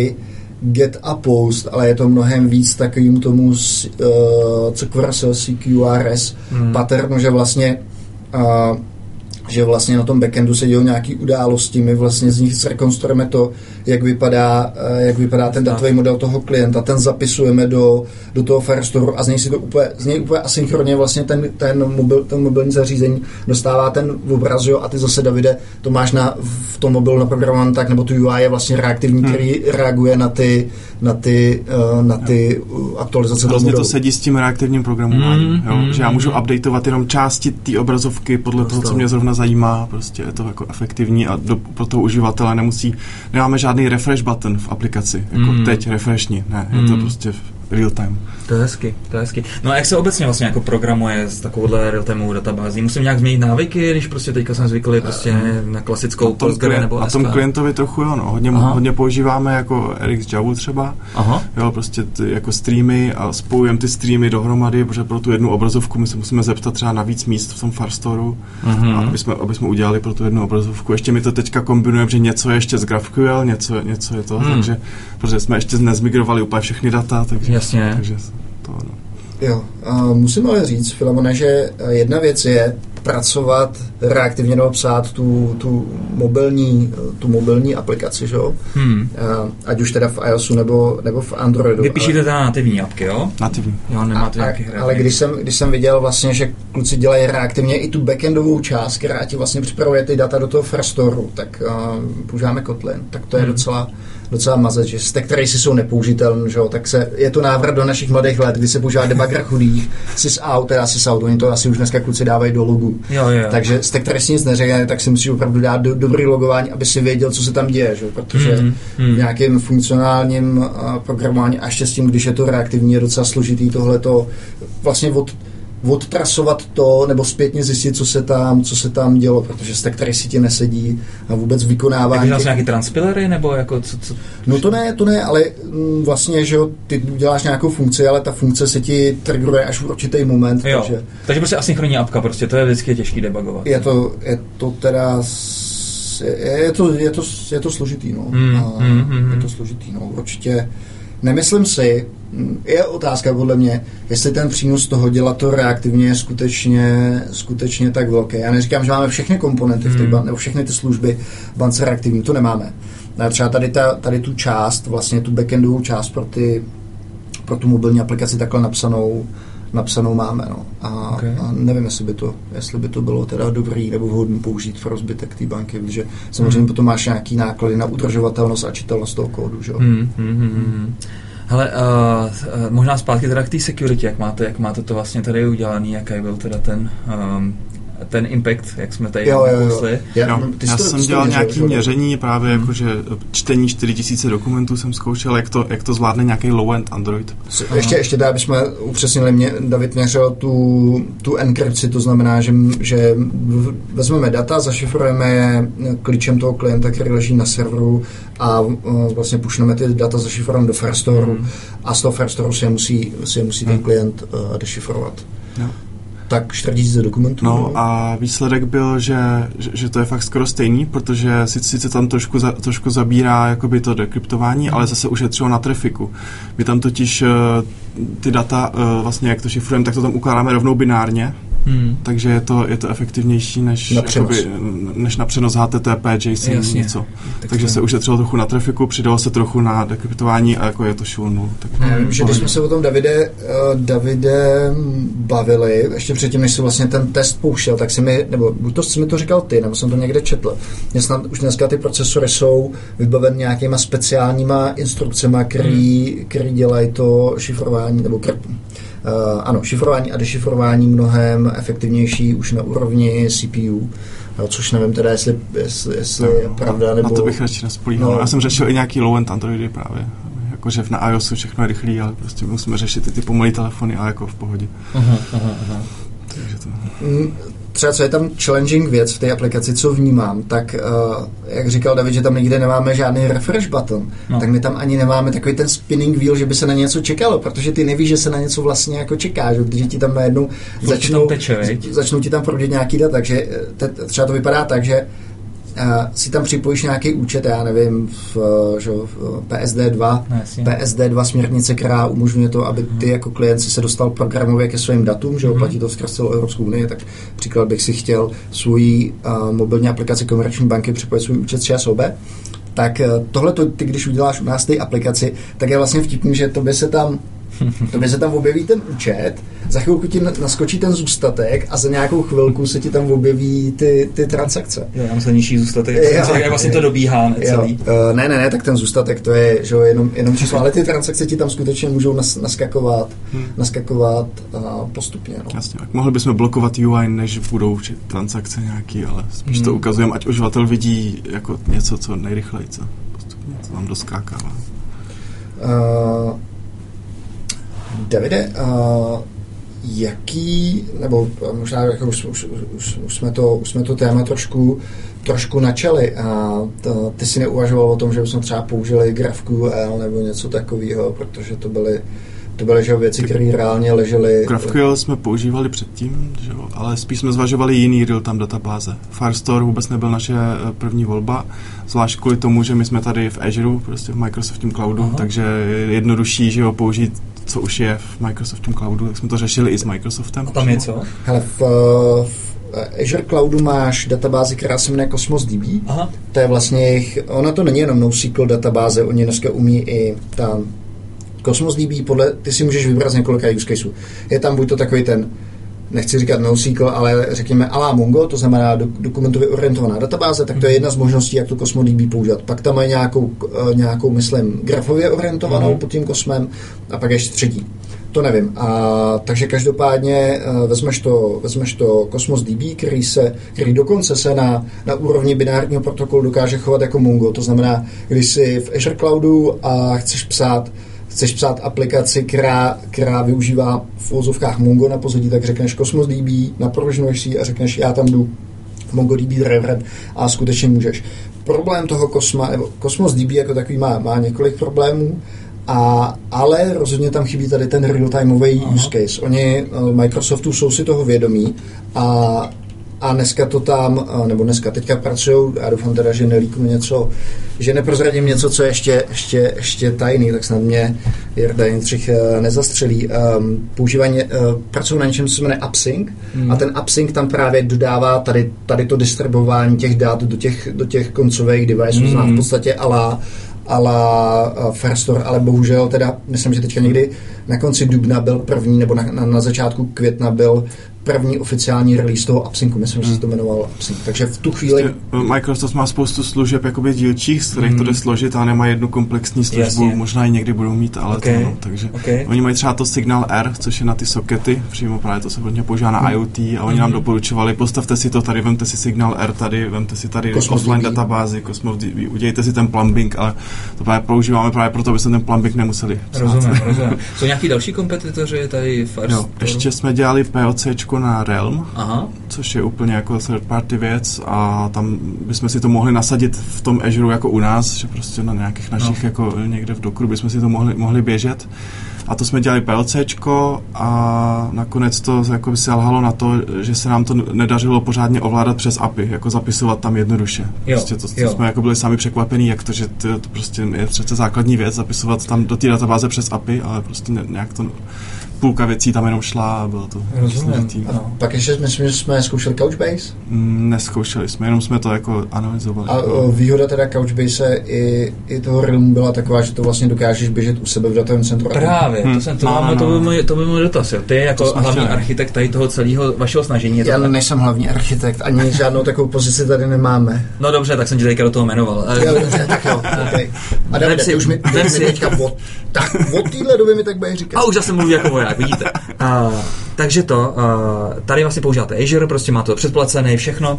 Speaker 1: get a post, ale je to mnohem víc takovým tomu, uh, co Quarcel C Q R S mm. patternu, že vlastně uh, že vlastně na tom backendu se dějou nějaké události, my vlastně z nich zrekonstruujeme to, jak vypadá, jak vypadá ten datový model toho klienta, ten zapisujeme do, do toho Firestore a z něj si to úplně, z něj úplně asynchronně vlastně ten, ten, mobil, ten mobilní zařízení dostává ten obraz, jo, a ty zase, Davide, to máš na, v tom mobilu naprogramovaný tak, nebo tu U I je vlastně reaktivní, hmm. který reaguje na ty, na ty, na ty aktualizace.
Speaker 3: Vlastně to sedí s tím reaktivním programováním, hmm. jo,
Speaker 2: Hmm.
Speaker 3: že já můžu updateovat jenom části té obrazovky podle toho, co mě zrovna zajímá, prostě je to jako efektivní a do, pro toho uživatele nemusí, nemáme žádný refresh button v aplikaci, jako mm. teď refreshni, ne, mm. je to prostě real time.
Speaker 2: To je hezky, to je hezky. No a jak se obecně vlastně jako programuje s takovouhle real-timeovou databází? Musím nějak změnit návyky, když prostě teďka jsem zvyklý prostě na klasickou Postgre nebo
Speaker 3: na tom klientovi trochu jo, no. Hodně, hodně používáme jako R X Java třeba, Aha. jo, prostě ty, jako streamy a spojujeme ty streamy dohromady, protože pro tu jednu obrazovku my se musíme zeptat třeba na víc míst v tom Firestoreu, mm-hmm. aby jsme, aby jsme udělali pro tu jednu obrazovku. Ještě mi to teďka kombinujeme, že něco je ještě z GraphQL, něco, něco je to, mm. takže protože jsme ještě nezmigrovali úplně všechny data, takže,
Speaker 2: Jasně.
Speaker 3: takže to, no.
Speaker 1: Jo, uh, musím ale říct, Filemone, že jedna věc je pracovat reaktivně nebo psát tu, tu, mobilní, tu mobilní aplikaci, že jo? Hmm. Uh, ať už teda v iOSu nebo, nebo v Androidu.
Speaker 2: Vy píšete teda nativní apky, jo?
Speaker 3: Nativní.
Speaker 2: Jo, nemáte nějaký hry.
Speaker 1: Ale když jsem, když jsem viděl vlastně, že kluci dělají reaktivně i tu backendovou část, která ti vlastně připravuje ty data do toho Firestoreu, tak uh, používáme Kotlin, tak to je hmm. docela docela mazet, že stack tracy jsou nepoužitelné, že jo, tak se, je to návrat do našich mladých let, kdy se používá debugger chudých, sysout, teda sysout, oni to asi už dneska kluci dávají do logu.
Speaker 2: Jo, jo.
Speaker 1: Takže stack tracy nic neřekne, tak si musíš opravdu dát do, dobrý logování, aby si věděl, co se tam děje, že jo, protože mm, mm. v nějakým funkcionálním uh, programování a ještě s tím, když je to reaktivní, je docela složitý tohleto vlastně od odtrasovat to, nebo zpětně zjistit, co se tam, co se tam dělo, protože stack tracy ti nesedí a vůbec vykonávání.
Speaker 2: Takže nějaký transpilery, nebo jako co, co?
Speaker 1: No to ne, to ne, ale vlastně, že jo, ty děláš nějakou funkci, ale ta funkce se ti triggeruje až v určitý moment.
Speaker 2: Jo.
Speaker 1: Takže,
Speaker 2: takže prostě asynchronní apka, prostě to je vždycky těžký debugovat.
Speaker 1: Je to, je to teda je, je, to, je, to, je to složitý, no.
Speaker 2: Mm,
Speaker 1: a
Speaker 2: mm, mm,
Speaker 1: je to složitý, no. Určitě nemyslím si, je otázka podle mě, jestli ten přínos toho dělat to reaktivně je skutečně, skutečně tak velký. Já neříkám, že máme všechny komponenty, v té ban- nebo všechny ty služby bance reaktivní, to nemáme. Třeba tady, ta, tady tu část, vlastně tu backendovou část pro, ty, pro tu mobilní aplikaci takhle napsanou, napsanou máme. No. A, okay. a nevím, jestli by, to, jestli by to bylo teda dobrý nebo vhodný použít pro zbytek té banky, protože samozřejmě mm. potom máš nějaký náklady na udržovatelnost a čitelnost toho kódu. Že?
Speaker 2: Mm, mm, mm. Hele, uh, uh, možná zpátky teda k té security, jak máte, jak máte to vlastně tady udělaný, jaký byl teda ten, um, ten impact, jak jsme tady nakousli.
Speaker 3: Já, no, já jsem dělal nějaké měření, právě hmm. jakože čtení čtyři tisíce dokumentů jsem zkoušel, jak to, jak to zvládne nějaký low-end Android.
Speaker 1: Ještě, ještě dá, bychom upřesnili, mě, David měřil tu, tu enkrypci, to znamená, že, že vezmeme data, zašifrujeme je klíčem toho klienta, který leží na serveru a uh, vlastně pušneme ty data zašifrujeme do Firestoru hmm. a z toho Firestoru si je musí, si je musí hmm. ten klient uh, dešifrovat. No. Tak čtyři tisíce dokumentů.
Speaker 3: No, no a výsledek byl, že, že, že to je fakt skoro stejný, protože sice tam trošku, za, trošku zabírá jakoby to dekryptování, mm. ale zase ušetřilo na trafiku. My tam totiž uh, ty data, uh, vlastně jak to šifrujeme, tak to tam ukládáme rovnou binárně, mm. takže je to, je to efektivnější než
Speaker 1: na
Speaker 3: přenos, jakoby, než na přenos H T T P, JSON, Jasně. něco. Tak takže se ušetřilo trochu na trafiku, přidalo se trochu na dekryptování a jako je to šulnul.
Speaker 1: Já vím, že když jsme se o tom Davide, uh, Davide bavili, ještě předtím, než se vlastně ten test pouštěl, tak si mi, nebo buď to jsi mi to říkal ty, nebo jsem to někde četl. Mě snad už dneska ty procesory jsou vybaveny nějakýma speciálníma instrukcemi, který, hmm. který dělají to šifrování, nebo kr, uh, ano, šifrování a dešifrování mnohem efektivnější už na úrovni C P U. No, což nevím teda, jestli, jestli, jestli no, je pravda, nebo...
Speaker 3: Na to bych radši nespolíhal. No, já jsem řešil i nějaký low-end Androidy právě. Jakože na iOSu všechno je rychlý, ale prostě musíme řešit i ty pomalý telefony a jako v pohodě. Aha, aha, aha. Takže to...
Speaker 1: Třeba co je tam challenging věc v té aplikaci, co vnímám, tak uh, jak říkal David, že tam nikde nemáme žádný refresh button, no. tak my tam ani nemáme takový ten spinning wheel, že by se na něco čekalo, protože ty nevíš, že se na něco vlastně jako čeká, že když ti tam najednou začnou,
Speaker 2: teče,
Speaker 1: začnou ti tam proudit nějaký data, takže te, třeba to vypadá tak, že si tam připojíš nějaký účet, já nevím, v, že, v P S D dva,
Speaker 2: no,
Speaker 1: P S D dva směrnice, která umožňuje to, aby ty jako klient si se dostal programově ke svým datům, že platí to skrz celou Evropskou unii, tak příklad bych si chtěl svůj uh, mobilní aplikaci Komerční banky připojit svůj účet z ČSOB, tak tohle ty, když uděláš u nás ty aplikaci, tak je vlastně vtipný, že tobě se tam tobě se tam objeví ten účet, za chvilku ti naskočí ten zůstatek a za nějakou chvilku se ti tam objeví ty, ty transakce.
Speaker 2: Jo, tam se nižší zůstatek, jak vlastně to dobíhá ne, celý.
Speaker 1: Uh, ne, ne, ne, tak ten zůstatek to je, že jo, jenom, jenom číslo, ale ty transakce ti tam skutečně můžou nas, naskakovat, hmm. naskakovat uh, postupně. No.
Speaker 3: Jasně, tak mohli bychom blokovat U I, než budou transakce nějaký, ale spíš hmm. to ukazujeme, ať uživatel vidí jako něco, co nejrychleji, co postupně to tam doskákává.
Speaker 1: Uh, Davide, uh, jaký, nebo možná jako už, už, už, už, jsme to, už jsme to téma trošku, trošku načali a to, ty si neuvažoval o tom, že bychom třeba použili GraphQL nebo něco takového, protože to byly to byly že věci, které reálně ležely.
Speaker 3: GraphQL jsme používali předtím, že jo, ale spíš jsme zvažovali jiný real-time databáze. Firestore vůbec nebyl naše první volba, zvlášť kvůli tomu, že my jsme tady v Azure, prostě v Microsoftním cloudu, aha, takže je jednodušší, že jo, použít co už je v Microsoftním cloudu, tak jsme to řešili i s Microsoftem.
Speaker 2: A tam je co?
Speaker 1: Hele, v, v Azure Cloudu máš databázi, která se jmenuje Cosmos D B. Aha. To je vlastně jejich, ona to není jenom NoSQL databáze, oni dneska umí i tam Cosmos D B, podle, ty si můžeš vybrat z několika use caseů. Je tam buď to takový ten, nechci říkat NoSQL, ale řekněme à la Mongo, to znamená do, dokumentově orientovaná databáze, tak to je jedna z možností, jak tu Cosmos D B používat. Pak tam mají nějakou, nějakou myslím, grafově orientovanou uh-huh. pod tím Cosmem a pak ještě třetí. To nevím. A, takže každopádně vezmeš to, vezmeš to Cosmos D B, který, se, který dokonce se na, na úrovni binárního protokolu dokáže chovat jako Mongo. To znamená, když jsi v Azure Cloudu a chceš psát chceš psát aplikaci, která, která využívá v uvozovkách Mongo na pozadí, tak řekneš Cosmos D B, naprovisionuješ si a řekneš, já tam jdu MongoDB driverem a skutečně můžeš. Problém toho Cosma, nebo Cosmos D B jako takový má, má několik problémů, a, ale rozhodně tam chybí tady ten real-timeový use case. Oni, Microsoftu, jsou si toho vědomí a A dneska to tam, nebo dneska teďka pracujou, já doufám teda, že nelíknu něco, že neprozradím něco, co je ještě, ještě, ještě tajný, tak snad mě Jirda Jindřich nezastřelí. Um, používání, uh, pracují na něčem, co se jmenuje AppSync hmm. a ten AppSync tam právě dodává tady, tady to distribuování těch dat do těch, do těch koncových deviceů, hmm. znám v podstatě ala a la uh, Firestore, ale bohužel teda, myslím, že teďka někdy na konci dubna byl první, nebo na, na, na začátku května byl první oficiální release toho AppSyncu, myslím, že se to jmenoval AppSync. Takže v tu chvíli...
Speaker 3: Microsoft má spoustu služeb jakoby dílčích, z kterých mm. to jde složit a nemá jednu komplexní službu, jasně. Možná i někdy budou mít, ale okay. to no, takže okay. Oni mají třeba to Signal R, což je na ty sokety, přímo právě to se hodně používá na mm. IoT a oni mm. nám doporučovali, postavte si to tady, vemte si Signal R tady, vemte si tady Cosmos offline D B. Databázi, Cosmos D B, udějte si ten plumbing, ale to právě používáme právě proto, aby jsme ten plumbing nemuseli psát.
Speaker 2: Rozumím, rozumím. Jsou nějaký další kompetitoři tady Firestore?
Speaker 3: Jo, ještě jsme dělali POCčko na Realm, aha. což je úplně jako third party věc a tam bychom si to mohli nasadit v tom Azure jako u nás, že prostě na nějakých našich no. jako někde v Dockeru bychom si to mohli, mohli běžet. A to jsme dělali PLCčko a nakonec to jako by se lhalo na to, že se nám to nedařilo pořádně ovládat přes A P I, jako zapisovat tam jednoduše.
Speaker 2: Jo,
Speaker 3: prostě to, to jsme jako byli sami překvapení, jak to, že to, to prostě je přece základní věc, zapisovat tam do té databáze přes A P I, ale prostě ne, nějak to půlka věcí tam jenom šla a bylo to
Speaker 1: složitý. No. Pak ještě myslím, že jsme zkoušeli Couchbase?
Speaker 3: Mm, neskoušeli jsme, jenom jsme to jako analyzovali.
Speaker 1: A o, výhoda teda Couchbase i, i toho Realmu byla taková, že to vlastně dokážeš běžet u sebe v datovém centru.
Speaker 2: Právě, hmm. to, jsem, to, no, máme, no. to, by můj, to by můj dotaz. Jo. Ty jako hlavní chtěli. Architekt tady toho celého vašeho snažení.
Speaker 1: Já to nejsem hlavní architekt, ani žádnou takovou pozici tady nemáme.
Speaker 2: No dobře, tak jsem ti teďka do toho jmenoval.
Speaker 1: Jo, dobře, tak jo, okay. A Davide, ty už mi, ty mi teďka od, tak, od téhle doby mi tak bude říkat.
Speaker 2: A už zase mluví jako voják, vidíte. Uh, takže to, uh, tady vlastně používáte Azure, prostě má to předplacené, všechno.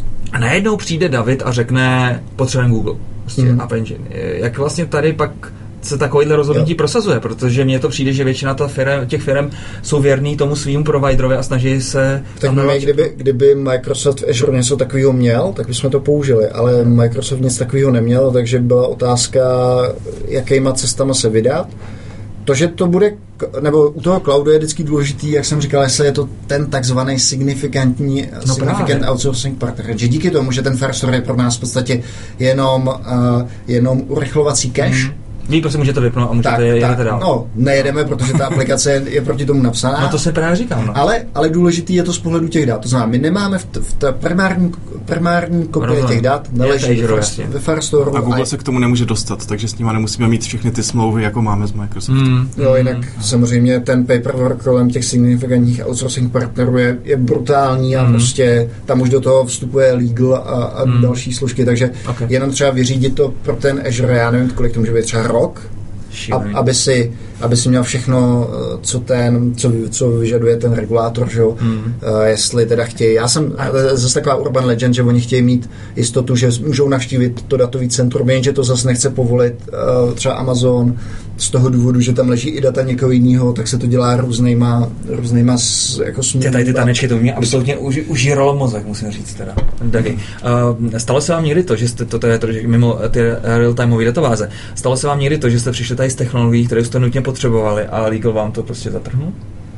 Speaker 2: A najednou přijde David a řekne, potřebujeme Google, prostě mm. App Engine. Jak vlastně tady pak se takovýhle rozhodnutí jo. prosazuje, protože mně to přijde, že většina firem, těch firm jsou věrný tomu svým providerovi a snaží se...
Speaker 1: Tak my, kdyby, kdyby Microsoft v Azure něco takového měl, tak bychom to použili, ale Microsoft nic takového neměl, takže byla otázka, jakýma cestama se vydat. to, že to bude, nebo u toho cloudu je vždycky důležitý, jak jsem říkal, jestli je to ten takzvaný signifikantní no significant outsourcing partner, že díky tomu, že ten Firestore je pro nás v podstatě jenom, uh, jenom urychlovací cache, mm.
Speaker 2: Vy prostě můžete vypnout a můžete
Speaker 1: tak,
Speaker 2: jedet
Speaker 1: tak,
Speaker 2: dál.
Speaker 1: No, nejedeme, protože ta aplikace je, je proti tomu napsaná.
Speaker 2: No to se právě říkám. No.
Speaker 1: Ale, ale důležitý je to z pohledu těch dat. To znamená, my nemáme v, t- v té primární, primární kopie těch dat, neleží ve Firestore.
Speaker 3: A Google a se k tomu nemůže dostat, takže s nimi nemusíme mít všechny ty smlouvy, jako máme s Microsoftem.
Speaker 1: Mm. Jo, jinak mm. samozřejmě ten paperwork kolem těch signifikantních outsourcing partnerů je, je brutální a mm. prostě tam už do toho vstupuje legal a, a mm. další složky, takže okay. jenom třeba vyřídit to pro ten Azure, já nevím, kolik to může být, třeba rok, A, aby, si, aby si měl všechno, co ten, co, co vyžaduje ten regulátor, že jo, mm. uh, jestli teda chtějí. Já jsem zase taková urban legend, že oni chtějí mít jistotu, že můžou navštívit to datový centrum, jenže to zase nechce povolit uh, třeba Amazon z toho důvodu, že tam leží i data někoho jiného, tak se to dělá různýma, různýma jako smluvy.
Speaker 2: Tady ty tanečky, to mě absolutně už, užíralo mozek, musím říct teda. Taky. Uh, stalo se vám někdy to, že jste to, to je to, že mimo ty real-timeové databáze, stalo se vám někdy to, že jste přišli tady z technologií, které jste nutně potřebovali a legal vám to prostě zatrhnul?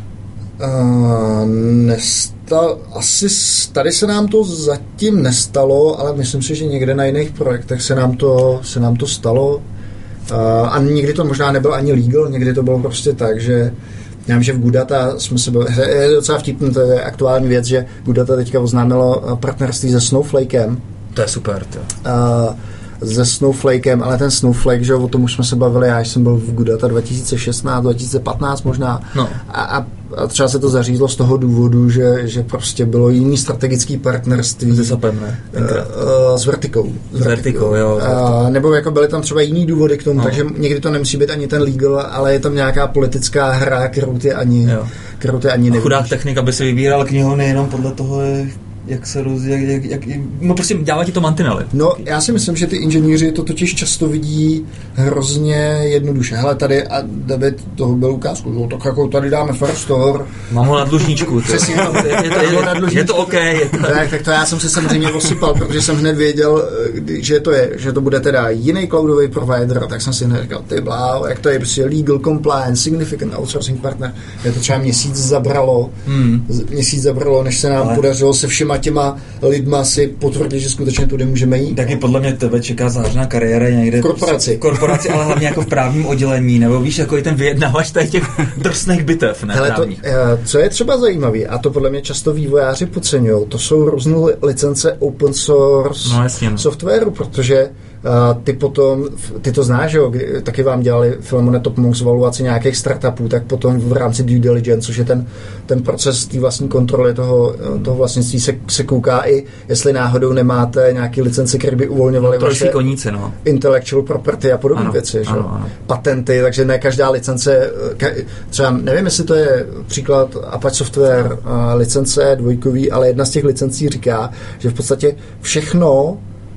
Speaker 1: Uh, nestal, asi tady se nám to zatím nestalo, ale myslím si, že někde na jiných projektech se nám to, se nám to stalo. Uh, a někdy to možná nebyl ani legal, někdy to bylo prostě tak, že já vím, že v Goodata jsme se byli, je docela vtipný, to je aktuální věc, že Goodata teďka oznámilo partnerství se Snowflakem.
Speaker 2: To je super, to.
Speaker 1: Uh, se Snowflakem, ale ten Snowflake, že o tom už jsme se bavili, já jsem byl v Goodata dva tisíce šestnáct, dva tisíce patnáct možná. No. A, a, a třeba se to zařízlo z toho důvodu, že, že prostě bylo jiný strategický partnerství.
Speaker 2: Se Sapem, ne?
Speaker 1: Uh, uh, s Vertikou.
Speaker 2: S Vertikou, jo.
Speaker 1: Uh, nebo jako byly tam třeba jiný důvody k tomu, no. Takže někdy to nemusí být ani ten legal, ale je tam nějaká politická hra, kterou ty ani, kterou ty ani nevíš.
Speaker 2: Chudák technik, aby si vybíral knihovny jenom podle toho, jak se roz, jak, jak, jak, no prostě dává ti to mantinely.
Speaker 1: No, já si myslím, že ty inženýři to totiž často vidí hrozně jednoduše. Hele, tady, a David toho byl ukázku, že? Tak jako tady dáme Firestore.
Speaker 2: Mám ho na dlužníčku. Přesně, no, je, je, to, je, je, je to OK. Je to...
Speaker 1: Tak, tak to já jsem si samozřejmě osypal, protože jsem hned věděl, že to je, že to bude teda jiný cloudový provider, tak jsem si hned říkal, ty bláho, jak to je prostě legal compliance, significant outsourcing partner. Je to třeba měsíc zabralo, hmm. měsíc zabralo, než se nám Ale... podařilo se všema těma lidma si potvrdit, že skutečně tudy můžeme jít.
Speaker 2: Taky podle mě tebe čeká zářná kariéra někde
Speaker 1: v korporaci.
Speaker 2: V korporaci, ale hlavně jako v právním oddělení, nebo víš, jako i ten vyjednávač tady těch drsných bitev, ne
Speaker 1: Hele, to, co je třeba zajímavé, a to podle mě často vývojáři podceňují, to jsou různé licence open source
Speaker 2: no, jasně, no.
Speaker 1: softwaru, protože Uh, ty potom, ty to znáš, jo, kdy, taky vám dělali Filemone Top Monks valuaci nějakých startupů, tak potom v rámci due diligence, což je ten, ten proces té vlastní kontroly toho, toho vlastnictví, se, se kouká i, jestli náhodou nemáte nějaký licence, které by uvolňovaly
Speaker 2: no,
Speaker 1: vaše
Speaker 2: koníce, no.
Speaker 1: intellectual property a podobné ano, věci, ano, ano. patenty, takže ne každá licence, třeba nevím, jestli to je příklad Apache Software uh, licence dvojkový, ale jedna z těch licencí říká, že v podstatě všechno,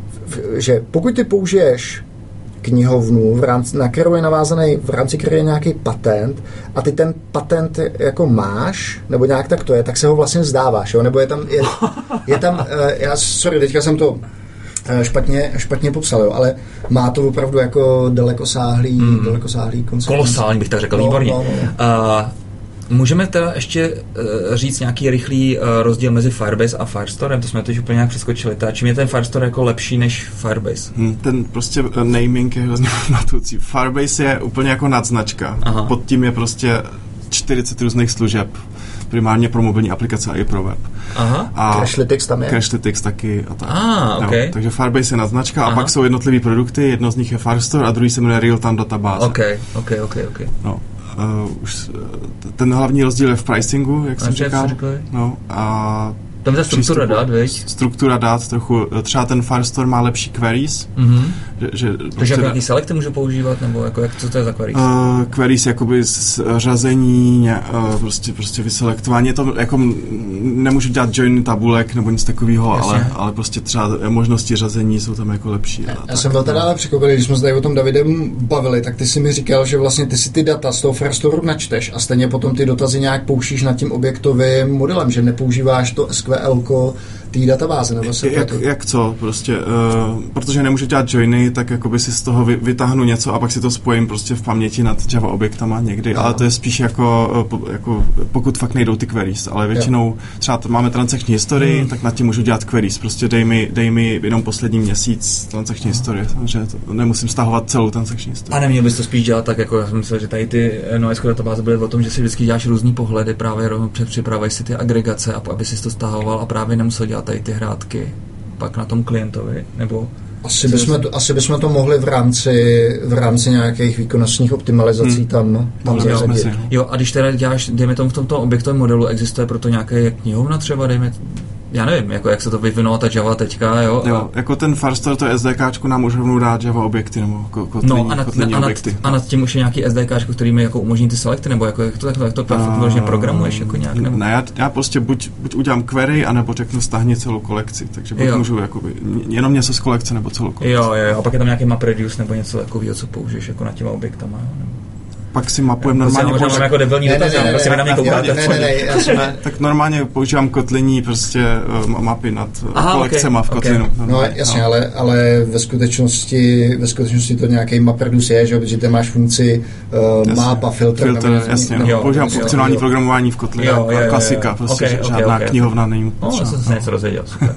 Speaker 1: že pokud ty použiješ knihovnu, v rámci, na kterou je navázaný, v rámci které je nějaký patent a ty ten patent jako máš, nebo nějak tak to je, tak se ho vlastně vzdáváš, jo? Nebo je tam, je, je tam, já, sorry, teďka jsem to špatně, špatně popsal, jo? Ale má to opravdu jako dalekosáhlý, mm. dalekosáhlý koncept.
Speaker 2: Kolosální bych tak řekl, no, výborně. No, no. Uh, Můžeme teda ještě uh, říct nějaký rychlý uh, rozdíl mezi Firebase a Firestorem? To jsme teď úplně nějak přeskočili. Ta, čím je ten Firestore jako lepší než Firebase?
Speaker 3: Hmm, ten prostě uh, naming je hrozně matoucí. Firebase je úplně jako nadznačka. Aha. Pod tím je prostě čtyřicet různých služeb. Primárně pro mobilní aplikace a i pro web.
Speaker 2: Aha.
Speaker 3: A
Speaker 1: Crashlytics tam je.
Speaker 3: Crashlytics taky a tak.
Speaker 2: Ah, okay.
Speaker 3: No, takže Firebase je nadznačka. Aha. A pak jsou jednotlivý produkty, jedno z nich je Firestore a druhý se jmenuje Real-Time Databáze.
Speaker 2: OK, OK, OK, OK.
Speaker 3: No. Uh, už, ten hlavní rozdíl je v pricingu, jak a jsem říkal. No, a
Speaker 2: tam je struktura dat, veď?
Speaker 3: Struktura dat, trochu, třeba ten Firestore má lepší queries. Mm-hmm. Že, že
Speaker 2: Takže prostě jaký selecty můžu používat, nebo jako, jak, co to je za queries?
Speaker 3: Uh, queries jakoby řazení, uh, prostě, prostě vyselektování. Je to, jako, nemůžu dělat join tabulek nebo nic takového, ale, ale prostě třeba možnosti řazení jsou tam jako lepší.
Speaker 1: Já, já jsem byl teda ale překvapený, když jsme se tady o tom Davidem bavili, tak ty si mi říkal, že vlastně ty si ty data z toho Firestore načteš a stejně potom ty dotazy nějak pouštíš nad tím objektovým modelem, že nepoužíváš to S Q L ko té databáze, nebo se
Speaker 3: jak, jak co, prostě, uh, protože nemůžu dělat joiny, tak jakoby si z toho vy, vytáhnu něco a pak si to spojím prostě v paměti nad Java objektama někdy, no. Ale to je spíš jako, uh, jako, pokud fakt nejdou ty queries, ale většinou jo. Třeba máme transakční historii, hmm. tak nad tím můžu dělat queries, prostě dej mi, dej mi jenom poslední měsíc transakční no. historie, samozřejmě to nemusím stahovat celou transakční historii.
Speaker 2: A neměl bys to spíš dělat tak, jako já jsem myslel, že tady ty NoSQL databáze byly o tom, že si vždycky děláš různý pohledy, právě připravuješ si ty agregace, a aby si to stahoval a právě nemusel dělat tady ty hrátky pak na tom klientovi, nebo...
Speaker 1: Asi bychom, to, asi bychom to mohli v rámci, v rámci nějakých výkonnostních optimalizací hmm. tam, tam zařadit.
Speaker 2: Jo, a když teda děláš, dejme tomu v tomto objektovém modelu, existuje proto nějaké knihovna třeba, dejme já nevím, jako jak se to vyvinula ta Java teďka, jo?
Speaker 3: Jo, a... jako ten Firestore, to SDKčko nám už rovnou dát Java objekty, nebo kotlíní,
Speaker 2: no, a nad,
Speaker 3: kotlíní
Speaker 2: a nad,
Speaker 3: objekty.
Speaker 2: A nad tím už je nějaký SDKčko, který mi jako umožní ty selecty, nebo jako, jak to tak, jak to vlastně programuješ jako nějak? Nebo...
Speaker 3: Ne, já, já prostě buď, buď udělám query, anebo řeknu stáhni celou kolekci, takže buď můžu jakoby, jenom něco z kolekce, nebo celou kolekci.
Speaker 2: Jo, jo, jo, a pak je tam nějaký MapReduce, nebo něco takového, co použiješ jako nad těma objektama, jo? Nebo...
Speaker 3: Pak si mapujeme normálně...
Speaker 2: Možná mám jako debilní dotaz, prostě vy na mě koukáte.
Speaker 1: Ne, ne, ne, já jsem...
Speaker 3: Tak normálně používám kotliní prostě uh, mapy nad Aha, kolekcema okay, v kotlinu.
Speaker 1: Okay. No jasně, no. Ale, ale ve skutečnosti ve skutečnosti to nějaký MapReduce je, že, že ty máš funkci uh, map a filtr.
Speaker 3: Filtr, nebo, jasně, no. Používám funkcionální jo, programování v kotlinu, jo, jo, jo, klasika, jo, jo. prostě okay, žádná okay, okay. knihovna není.
Speaker 2: No, já jsem se něco rozvěděl, super.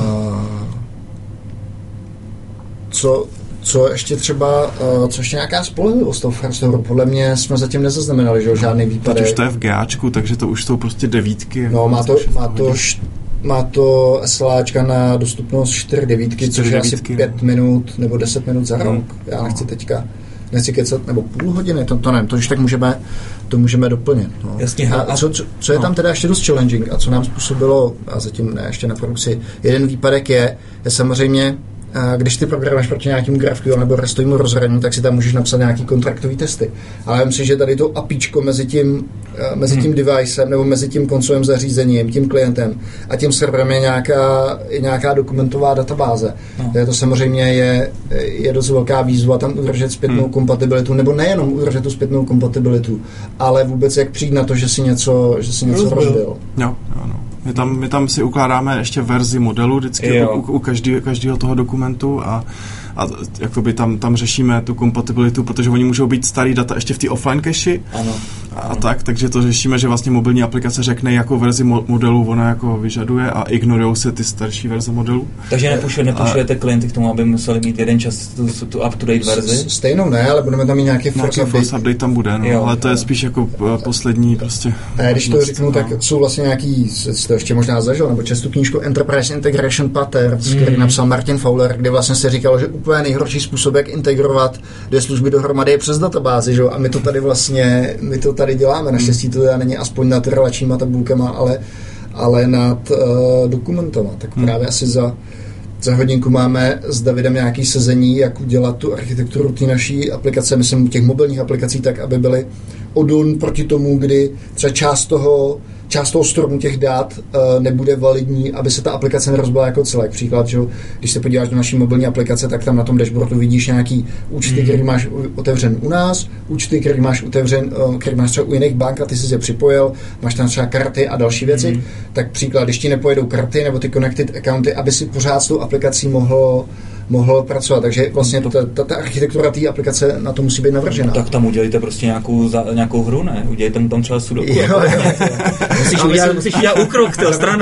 Speaker 1: Co... Co ještě třeba, uh, co ještě nějaká spolehlivost toho Firestore? Podle mě jsme zatím nezaznamenali, že žádný výpadek.
Speaker 3: Teď už to je v GAčku, takže to už jsou prostě devítky.
Speaker 1: No, má to, má to, št, má to SLAčka na dostupnost čtyři devítky, což je asi pět minut nebo deset minut za rok. Já nechci teďka, nechci kecat, nebo půl hodiny, to, to nevím, to už tak můžeme, to můžeme doplnit. No.
Speaker 2: Jasně,
Speaker 1: a co, co, co je no. tam teda ještě dost challenging a co nám způsobilo, a zatím ne, ještě na produkci, jeden výpadek je, je samozřejmě když ty programuješ proti nějakému GraphQL nebo restovému rozhraní, tak si tam můžeš napsat nějaký kontraktový testy. Ale myslím, že tady to APIčko mezi tím, mezi tím hmm. devicem nebo mezi tím koncovým zařízením, tím klientem a tím serverem je nějaká, je nějaká dokumentová databáze. No. To samozřejmě je, je dost velká výzva tam udržet zpětnou hmm. kompatibilitu, nebo nejenom udržet tu zpětnou kompatibilitu, ale vůbec jak přijít na to, že si něco, že si něco rozbil.
Speaker 3: Jo, jo, no. My tam, my tam si ukládáme ještě verzi modelu vždycky u, u každý, každého toho dokumentu a, a jakoby tam, tam řešíme tu kompatibilitu, protože oni můžou být starý data ještě v té offline cache
Speaker 2: ano,
Speaker 3: a ano. tak, takže to řešíme, že vlastně mobilní aplikace řekne, jakou verzi modelu ona jako vyžaduje a ignorujou se ty starší verze modelu.
Speaker 2: Takže nepušuje, nepušujete klienty k tomu, aby museli mít jeden čas tu, tu up-to-date verzi?
Speaker 1: Stejnou ne, ale budeme tam mít nějaký force update.
Speaker 3: Force update tam bude, no, jo, ale to jo. je spíš jako poslední prostě.
Speaker 1: A když to řeknu, no. tak jsou vlastně nějaký, to ještě možná zažil, nebo často knížku Enterprise Integration Patterns, mm. který napsal Martin Fowler, kde vlastně se říkalo, že úplně nejhorší způsob, jak integrovat dvě služby dohromady je přes databázi, že? A my to tady vlastně, my to tady děláme, naštěstí to teda není aspoň nad relačníma tabulkama, ale, ale nad uh, dokumentama, tak mm. právě asi za Za hodinku máme s Davidem nějaký sezení, jak udělat tu architekturu té naší aplikace, myslím těch mobilních aplikací, tak, aby byly odolné proti tomu, kdy třeba část toho, část toho stromu těch dat uh, nebude validní, aby se ta aplikace nerozbila jako celek. Příklad, že když se podíváš do naší mobilní aplikace, tak tam na tom dashboardu vidíš nějaký účty, mm. který máš otevřen u nás, účty, který máš otevřen, uh, který máš třeba u jiných bank a ty jsi je připojil, máš tam třeba karty a další věci. Mm. Tak příklad, když ti nepojedou karty nebo ty connected accounty, aby si pořád s tou aplikací mohl mohl pracovat, takže vlastně ta, ta, ta architektura té aplikace na to musí být navržena.
Speaker 2: No, tak tam udělejte prostě nějakou, za, nějakou hru, ne? Udělejte tam třeba sudoku. Jo, jako, jo. Musíš, udělat, musíš udělat úkrok toho stranou.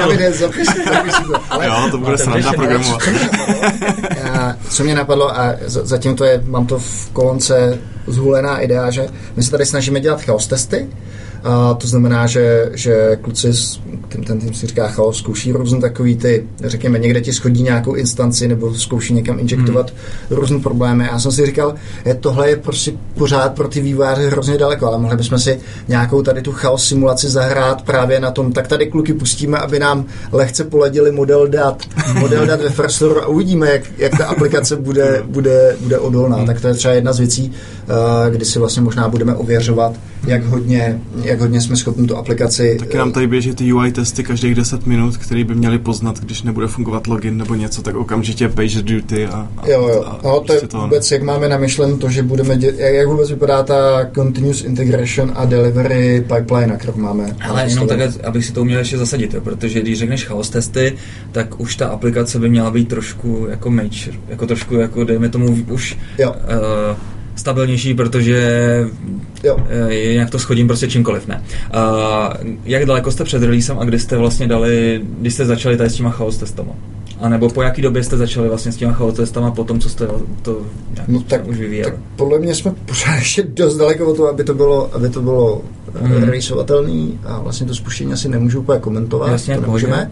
Speaker 3: Jo, to bude sranda programovat.
Speaker 1: Co mě napadlo, a zatím to je, mám to v kolonce zhulená idea, že my se tady snažíme dělat chaos testy. A to znamená, že, že kluci, ten, ten tým si říká chaos, zkouší různé takový ty, řekněme, někde ti schodí nějakou instanci nebo zkouší někam injektovat hmm. různé problémy. Já jsem si říkal, je, tohle je prostě pořád pro ty vývojáře hrozně daleko, ale mohli bychom si nějakou tady tu chaos simulaci zahrát právě na tom, tak tady kluky pustíme, aby nám lehce poladili model dat, model dat ve Firestore a uvidíme, jak, jak ta aplikace bude, bude, bude odolná. Hmm. Tak to je třeba jedna z věcí, kdy si vlastně možná budeme ověřovat, jak hodně, jak hodně jsme schopni tu aplikaci...
Speaker 3: Taky nám tady běží ty U I testy každých deset minut, který by měli poznat, když nebude fungovat login nebo něco, tak okamžitě PagerDuty a... a
Speaker 1: jo, jo.
Speaker 3: A,
Speaker 1: no, to je to vůbec, jak máme namyšlen to, že budeme... Dě- jak vůbec vypadá ta continuous integration a delivery pipeline, kterou máme.
Speaker 2: Ale jenom tak, abych si to uměl ještě zasadit, jo, protože když řekneš chaos testy, tak už ta aplikace by měla být trošku jako mature, jako trošku jako dejme tomu už uh, stabilnější, protože jo. Uh, jinak to schodím prostě čímkoliv, ne. Uh, jak daleko jste před releasem a kdy jste vlastně dali, když jste začali tady s těma chaos testama? A nebo po jaký době jste začali vlastně s těma chaos testama po tom, co jste to
Speaker 1: no tak,
Speaker 2: už vyvíjeli?
Speaker 1: Tak podle mě jsme pořád ještě dost daleko od toho, aby to bylo, aby to bylo hmm. releaseovatelný a vlastně to spuštění asi nemůžu úplně komentovat,
Speaker 2: jasně,
Speaker 1: to nemůžeme,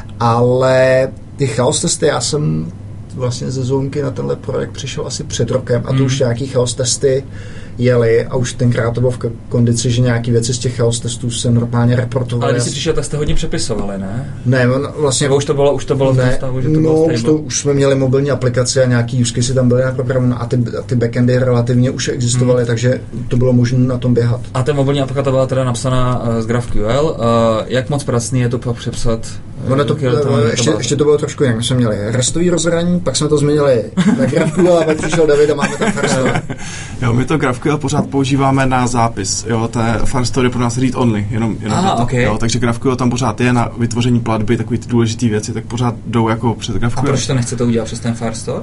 Speaker 1: ale ty chaos testy, já jsem vlastně ze Zónky na tenhle projekt přišel asi před rokem a to hmm. už nějaký chaos testy jeli a už tenkrát to bylo v kondici, že nějaký věci z těch chaos testů se normálně reportovaly.
Speaker 2: Ale když jsi přišel, tak jste hodně přepisovali, ne?
Speaker 1: Ne, on vlastně...
Speaker 2: Nebo už to bylo, už to bylo
Speaker 1: ne,
Speaker 2: v stavu, že to
Speaker 1: no,
Speaker 2: bylo
Speaker 1: už, to, už jsme měli mobilní aplikace a nějaký use case tam byly na programu a ty, a ty backendy relativně už existovaly, hmm. takže to bylo možné na tom běhat.
Speaker 2: A ta mobilní aplikace byla teda napsaná uh, z GraphQL. Uh, jak moc pracný je to pak přepsat?
Speaker 1: Uh, to, to, to, ještě, to ještě to bylo trošku jinak. My jsme měli restový rozhraní, pak jsme to změnili na GraphQL a pak přišel David a máme tam Firestore.
Speaker 3: Jo, my to GraphQL pořád používáme na zápis. Jo, to je Firestore je pro nás read only, jenom, jenom
Speaker 2: Aha, okay.
Speaker 3: Jo, takže GraphQL tam pořád je na vytvoření platby, takový ty důležité věci, tak pořád jdou jako přes GraphQL.
Speaker 2: A proč to nechcete udělat přes ten Firestore?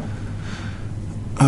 Speaker 3: Uh,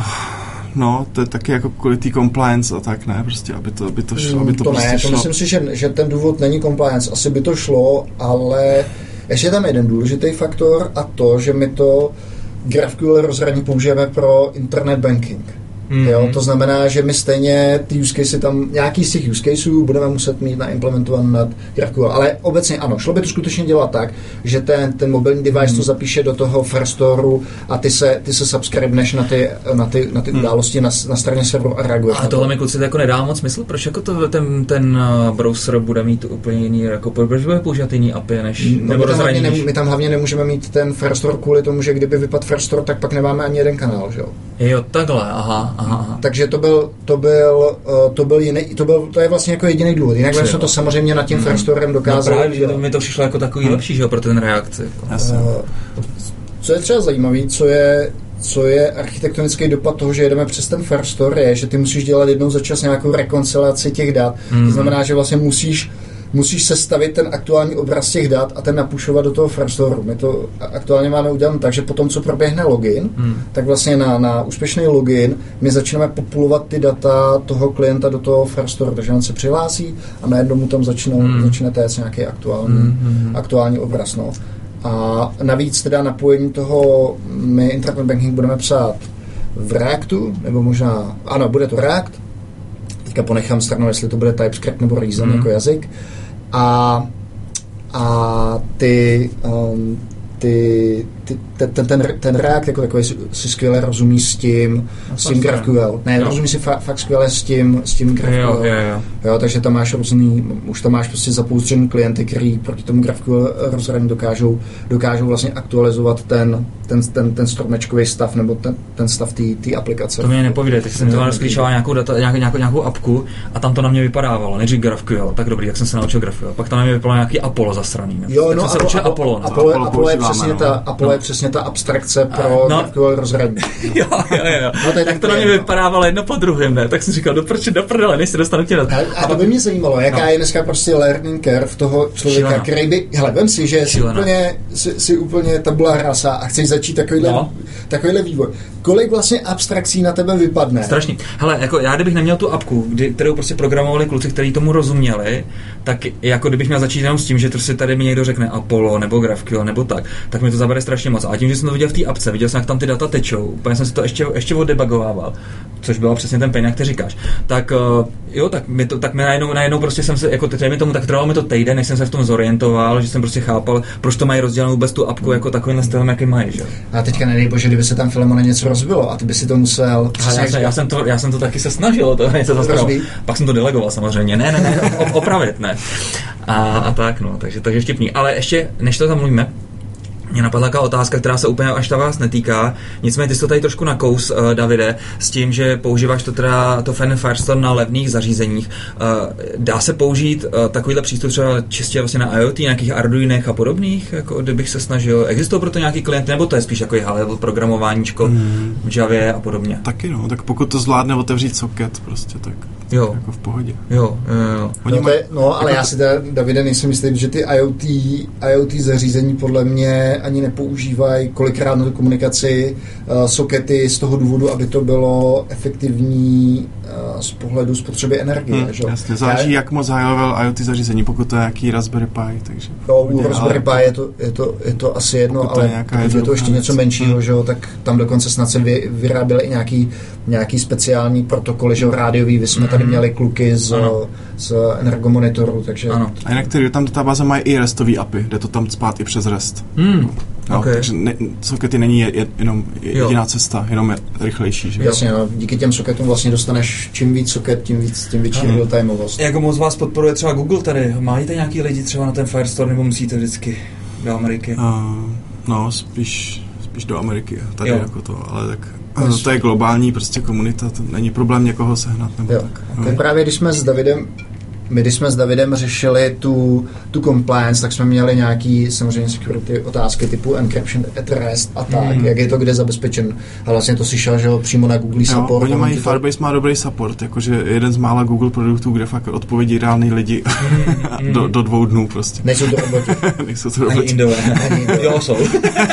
Speaker 3: no, to je taky jako kvůli té compliance a tak, ne, prostě, aby to, aby to šlo, aby to,
Speaker 1: to
Speaker 3: prostě
Speaker 1: ne,
Speaker 3: šlo.
Speaker 1: To myslím si, že, že ten důvod není compliance, asi by to šlo, ale ještě je tam jeden důležitý faktor a to, že my to GraphQL rozhraní použijeme pro internet banking. Mm-hmm. Jo, to znamená, že my stejně ty use casey tam, nějaký z těch use caseů budeme muset mít naimplementovaný nad GraphQL, ale obecně ano, šlo by to skutečně dělat tak, že ten, ten mobilní device mm. to zapíše do toho Firestoreu a ty se, ty se subscribneš na ty, na ty, na ty mm. události na, na straně serveru a reaguješ.
Speaker 2: A tohle mi kluci to jako nedá moc smysl, proč jako to, ten, ten browser bude mít úplně jiný, jako proč bude používat jiný A P I než,
Speaker 1: no,
Speaker 2: nebo
Speaker 1: my, tam
Speaker 2: než...
Speaker 1: Ne, my tam hlavně nemůžeme mít ten Firestore kvůli tomu, že kdyby vypadl Firestore, tak pak nemáme ani jeden kanál, že jo?
Speaker 2: Jo, takhle, aha, aha, aha.
Speaker 1: Takže to byl, to byl, to byl jiný, to byl, to je vlastně jako jediný důvod. Jinak jsme to samozřejmě nad tím mm. Firestorem dokázali.
Speaker 2: No právě, že to mi to přišlo jako takový hmm. lepší, že jo, pro ten reakci. Jako.
Speaker 1: Uh, co je třeba zajímavý, co je, co je architektonický dopad toho, že jedeme přes ten Firestore, je, že ty musíš dělat jednou za čas nějakou rekonciliaci těch dat. Mm. To znamená, že vlastně musíš musíš sestavit ten aktuální obraz těch dat a ten napušovat do toho Firestoreu. My to aktuálně máme udělat tak, že potom, co proběhne login, hmm. tak vlastně na, na úspěšný login my začneme populovat ty data toho klienta do toho Firestoreu, takže on se přihlásí a najednou mu tam začnou, hmm. začne téct nějaký aktuální, hmm. aktuální obraz. No. A navíc teda napojení toho, my internet banking budeme psát v Reactu, nebo možná, ano, bude to React, teďka ponechám stranou, jestli to bude TypeScript nebo Reason hmm. jako jazyk. A, a ty, um, ty, ty ten, ten, ten React jako takový si, si skvěle rozumí s tím, no, s tím GraphQL. Ne, jo. rozumí si fa, fakt skvěle s tím, s tím GraphQL.
Speaker 2: Jo, jo, jo.
Speaker 1: Jo, takže tam máš různý, už tam máš prostě zapoustřený klienty, který proti tomu GraphQL rozhraní dokážou, dokážou vlastně aktualizovat ten, ten, ten, ten stromečkový stav nebo ten, ten stav té aplikace.
Speaker 2: To mě nepovídej, teď jsem to rozklíčoval nějakou, data, nějakou, nějakou, nějakou apku a tam to na mě vypadávalo, než GraphQL, tak dobrý, jak jsem se naučil GraphQL. Pak tam na mě vypadalo nějaký Apollo zasraný. Ne?
Speaker 1: Jo, no,
Speaker 2: tak jsem se Apollo, Apollo, no.
Speaker 1: Apollo, Apollo, Apollo je přesně ta, Apollo no. je přesně ta abstrakce pro no. GraphQL rozhraní.
Speaker 2: Jo, jo, jo. No, tak to na mě vypadávalo jedno po druhém, ne? Tak jsem říkal, do proč, do prdele, než se dostanu k těm.
Speaker 1: A, a to by mě zajímalo, jaká no. je dneska prostě learning curve toho člověka, Šilena. který by, hele, vem si, že jsi úplně, jsi, jsi úplně tabula rasa a chceš začít takovýhle, no. takovýhle vývoj. Kolik vlastně abstrakcí na tebe vypadne?
Speaker 2: Strašný. Hele, jako já kdybych neměl tu apku, kdy, kterou prostě programovali kluci, kteří tomu rozuměli, tak jako kdybych měl začít jenom s tím, že to si tady mi někdo řekne Apollo nebo GraphQL nebo tak, tak mi to zabere strašně moc. A tím, že jsem to viděl v té apce, viděl jsem, jak tam ty data tečou, úplně jsem si to ještě, ještě oddebugovával, což bylo přesně ten pain, jak ty říkáš. Tak uh, jo, tak mi to, tak mi najednou, najednou prostě jsem se, jako teď mi tomu, tak trvalo mi to týden, než jsem se v tom zorientoval, že jsem prostě chápal, proč to mají rozdělenou vůbec tu apku jako takovým stylem, jaký mají, že?
Speaker 1: A teďka nedej bože, kdyby se tam Filemone něco rozbilo a ty by si to musel.
Speaker 2: Já, já, jsem, já, jsem to, já jsem to taky se snažil, to něco zastavilo. Pak jsem to delegoval samozřejmě, ne, ne, ne, opravit, ne. A, a tak, no, takže, takže vtipný. Ale ještě, než to tam mluvíme, Mě napadla taková otázka, která se úplně až ta vás netýká. Nicméně ty jsi to tady trošku nakous, uh, Davide, s tím, že používáš to teda to Fan Firestone na levných zařízeních. Uh, dá se použít uh, takovýhle přístup třeba čistě vlastně na IoT, nějakých Arduinech a podobných, jako kdybych se snažil. Existují proto nějaký klienty, nebo to je spíš jako high-level programováníčko hmm. v Javě a podobně?
Speaker 3: Taky no, tak pokud to zvládne otevřít socket prostě, tak
Speaker 2: jo.
Speaker 3: jako v pohodě.
Speaker 2: Jo, jo, jo.
Speaker 1: No,
Speaker 3: mají,
Speaker 1: je, no ale
Speaker 3: jako
Speaker 1: já si teda, Davide, nejsem myslím, že ty IoT, IoT zařízení podle mě ani nepoužívají kolikrát na tu komunikaci uh, sokety z toho důvodu, aby to bylo efektivní uh, z pohledu spotřeby energie.
Speaker 3: Hmm,
Speaker 1: že?
Speaker 3: Jasně, záleží, já, jak moc high-level IoT zařízení, pokud to je nějaký Raspberry Pi, takže...
Speaker 1: Jo, u Raspberry Pi je to, je, to, je to asi jedno, ale pokud je to ještě něco menšího, hmm. že? Tak tam dokonce snad se vy, vyráběly i nějaký, nějaký speciální protokoly, že? Rádiový, vy jsme tady měli kluky z, z energomonitoru, takže...
Speaker 3: Ano. A jinak ty, tam databáze mají i restový A P I, jde to tam spát i přes REST.
Speaker 2: Hmm.
Speaker 3: No,
Speaker 2: okay.
Speaker 3: Takže ne, sokety není je, je, jenom jediná jo. cesta, jenom je rychlejší. Že?
Speaker 1: Jasně, no, díky těm soketům vlastně dostaneš čím víc soket, tím víc, tím větší real-timeovost.
Speaker 2: Jako moc vás podporuje třeba Google tady? Máte nějaký lidi třeba na ten Firestore, nebo musíte vždycky do Ameriky?
Speaker 3: Uh, no, spíš, spíš do Ameriky, tady jo. jako to, ale tak... No, to je globální prostě komunita, to není problém někoho sehnat nebo
Speaker 1: jo.
Speaker 3: tak.
Speaker 1: No. Právě když jsme s Davidem My, když jsme s Davidem řešili tu, tu compliance, tak jsme měli nějaký samozřejmě security otázky typu encryption at rest a tak, mm. jak je to kde zabezpečen. A vlastně to si šel, že přímo na Google support.
Speaker 3: Jo, oni mají, Firebase má dobrý support, jakože jeden z mála Google produktů, kde fakt odpovědí reální lidi mm. do, do dvou dnů prostě.
Speaker 1: Nejsou to roboti.
Speaker 3: Nejsou to roboti.
Speaker 2: Ani Indové. Ani Indové. Jo, jsou.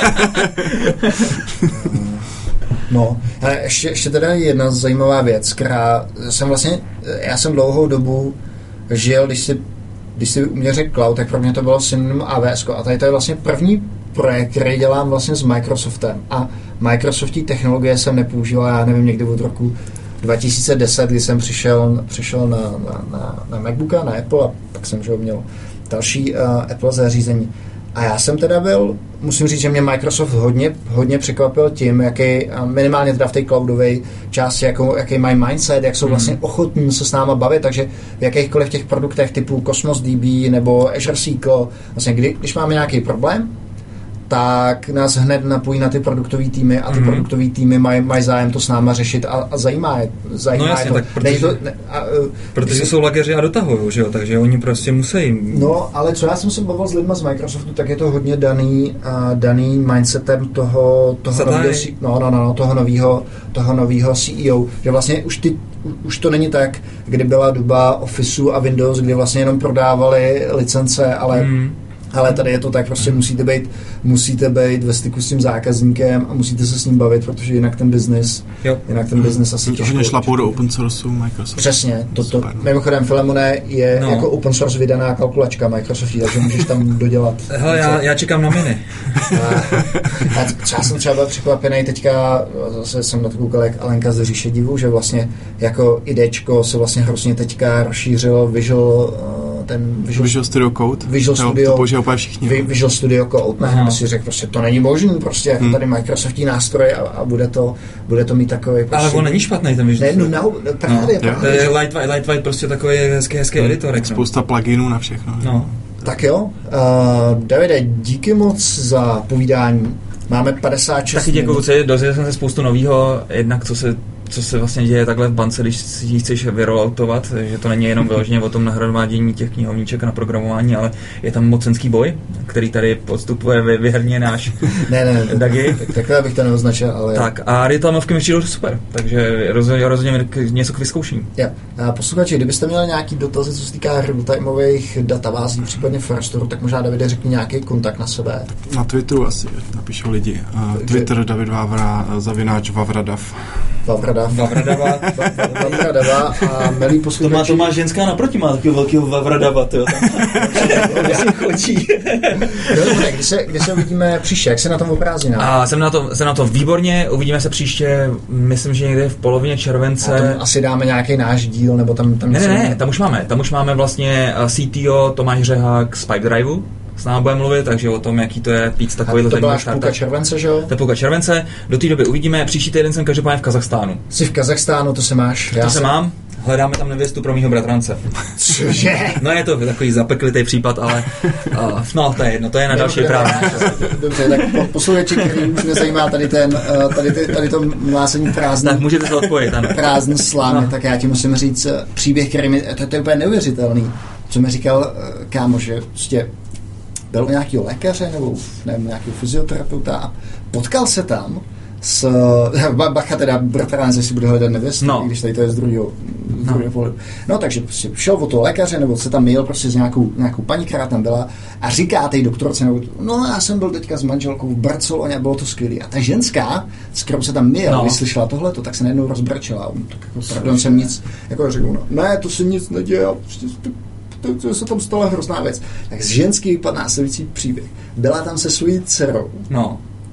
Speaker 1: No, ale ještě, ještě teda jedna zajímavá věc, která jsem vlastně, já jsem dlouhou dobu žil, když si, když si u mě řekl cloud, tak pro mě to bylo synonym A W S ko. A tady to je vlastně první projekt, který dělám vlastně s Microsoftem. A Microsoftí technologie jsem nepoužíval, já nevím, někdy od roku dva tisíce deset, kdy jsem přišel, přišel na, na, na, na MacBooka, na Apple a pak jsem že měl další uh, Apple zařízení. A já jsem teda byl, musím říct, že mě Microsoft hodně, hodně překvapil tím, jaký, minimálně teda v té cloudové části, jakou, jaký mají mindset, jak jsou vlastně ochotní se s náma bavit, takže v jakýchkoliv těch produktech typu Cosmos D B nebo Azure S Q L, vlastně kdy, když máme nějaký problém, tak nás hned napojí na ty produktové týmy a ty mm-hmm. produktové týmy mají maj zájem to s náma řešit a, a zajímá je. Zajímá
Speaker 2: no jasně,
Speaker 1: je to.
Speaker 2: tak protože, to, ne, a, protože se, jsou lageři a dotahujou, že jo, takže oni prostě musí.
Speaker 1: No, ale co já jsem se bavil s lidma z Microsoftu, tak je to hodně daný, uh, daný mindsetem toho, toho nového, no, no, no, toho nového, toho nového C E O, že vlastně už ty už to není tak, kdy byla doba Officeu a Windows, kdy vlastně jenom prodávali licence, ale mm. Ale tady je to tak, prostě musíte být, musíte být ve styku s tím zákazníkem a musíte se s ním bavit, protože jinak ten business, jinak ten business asi těžko.
Speaker 3: Hodně šlapou do open sourceu Microsoft.
Speaker 1: Přesně, to, to, mimochodem Filemone je no. jako open source vydaná kalkulačka Microsoftu, takže můžeš tam dodělat.
Speaker 2: Hele, já, já čekám na mini.
Speaker 1: A, a třeba jsem třeba byl překvapený teďka, zase jsem na to koukal, jak Alenka z Říše divu, že vlastně jako idečko se vlastně hrozně teďka rozšířilo Visual ten
Speaker 3: Visual, Visual Studio Code.
Speaker 1: Visual Studio,
Speaker 3: to používají úplně všichni.
Speaker 1: Visual Studio Code, ne, aby si řekl, prostě to není možný, prostě jako hmm. tady Microsoftí nástroj a, a bude to, bude to mít takový prostě...
Speaker 2: Ale on není špatný ten Visual
Speaker 1: Studio. Ne, no, no, právě,
Speaker 2: no.
Speaker 1: právě.
Speaker 2: To je lightweight, lightweight prostě takový hezký, hezký hmm. editor.
Speaker 3: Spousta pluginů na všechno.
Speaker 2: No.
Speaker 1: Tak jo, uh, Davide, díky moc za povídání. Máme padesát šest
Speaker 2: Taky děkuju, dozvěděl jsem se spoustu novýho, jednak co se co se vlastně děje takhle v bance, když si ji chceš vyrolloutovat, že to není jenom vyloženě o tom nahromádění těch knihovníček na programování, ale je tam mocenský boj, který tady podstupuje vy, vyhrně náš
Speaker 1: ne, ne, ne,
Speaker 2: Dagi.
Speaker 1: Tak, takhle bych to neoznačil, ale...
Speaker 2: Tak a reklamovky mi přijdou super, takže rozhodně, rozhodně něco k vyzkoušení.
Speaker 1: Ja. A posluchači, kdybyste měli nějaký dotazy, co se týká real-timeových databází, případně Firestore, tak možná Davide řekni nějaký kontakt na sebe.
Speaker 3: Na Twitteru asi napíšou lidi. Uh, Twitter David Vávra, zavináč Vavradav.
Speaker 1: Vavradav.
Speaker 2: Vavradava.
Speaker 1: Vavradava a milí posluchači.
Speaker 2: To má, to má ženská naproti, má takového velkého Vavradava, tyjo. Tam chodí.
Speaker 1: Dobře, kdy se, kdy se uvidíme příště, jak se na tom obrází?
Speaker 2: A jsem na tom, jsem na tom výborně, uvidíme se příště, myslím, že někde v polovině července.
Speaker 1: A tam asi dáme nějaký náš díl, nebo tam... tam
Speaker 2: ne, ne, ne, tam už máme, tam už máme vlastně C T O Tomáš Řehák z Pipedriveu, s námi bude mluvit, takže o tom, jaký to je pít takovýhle
Speaker 1: zajímavý startup. To byla půlka července, že jo?
Speaker 2: To je půlka července, do té doby uvidíme, příští týden jsem každopádně v Kazachstánu.
Speaker 1: Jsi v Kazachstánu, to se máš?
Speaker 2: To
Speaker 1: Já
Speaker 2: se mám, hledáme tam nevěstu pro mýho bratrance.
Speaker 1: Cože?
Speaker 2: No je to takový zapeklitý případ, ale uh, no to je jedno, to je na další právě.
Speaker 1: Dobře, tak posluchači, který už nezajímá tady ten, tady, ty, tady to mlásení prázdný.
Speaker 2: Tak můžete se odpojit, ano.
Speaker 1: Prázdný slámy, no. Tak já ti musím říct příběh, který mi, to, to je úplně neuvěřitelný, co mi říkal kámo, že prostě byl u nějakého lékaře nebo nevím, nějakého fyzioterapeuta a potkal se tam s, bacha teda bratránce si bude hledat nevěstu, no. Když tady to je z druhého no. pohledu. No takže prostě šel od toho lékaře, nebo se tam měl prostě s nějakou, nějakou paní, která tam byla a říká té doktorce, nebo, no já jsem byl teďka s manželkou v Barceloně a bylo to skvělé. A ta ženská, s kterou se tam měl, no. Když slyšela tohleto, tak se najednou rozbrčela. On tak jako, pardon, jsem nic, jako řekl, no, ne, to se nic neděje, prostě, to, to se tam stala hrozná věc. Tak z ženský vypadl následující příběh. Byla tam se svojí dcerou.
Speaker 2: No.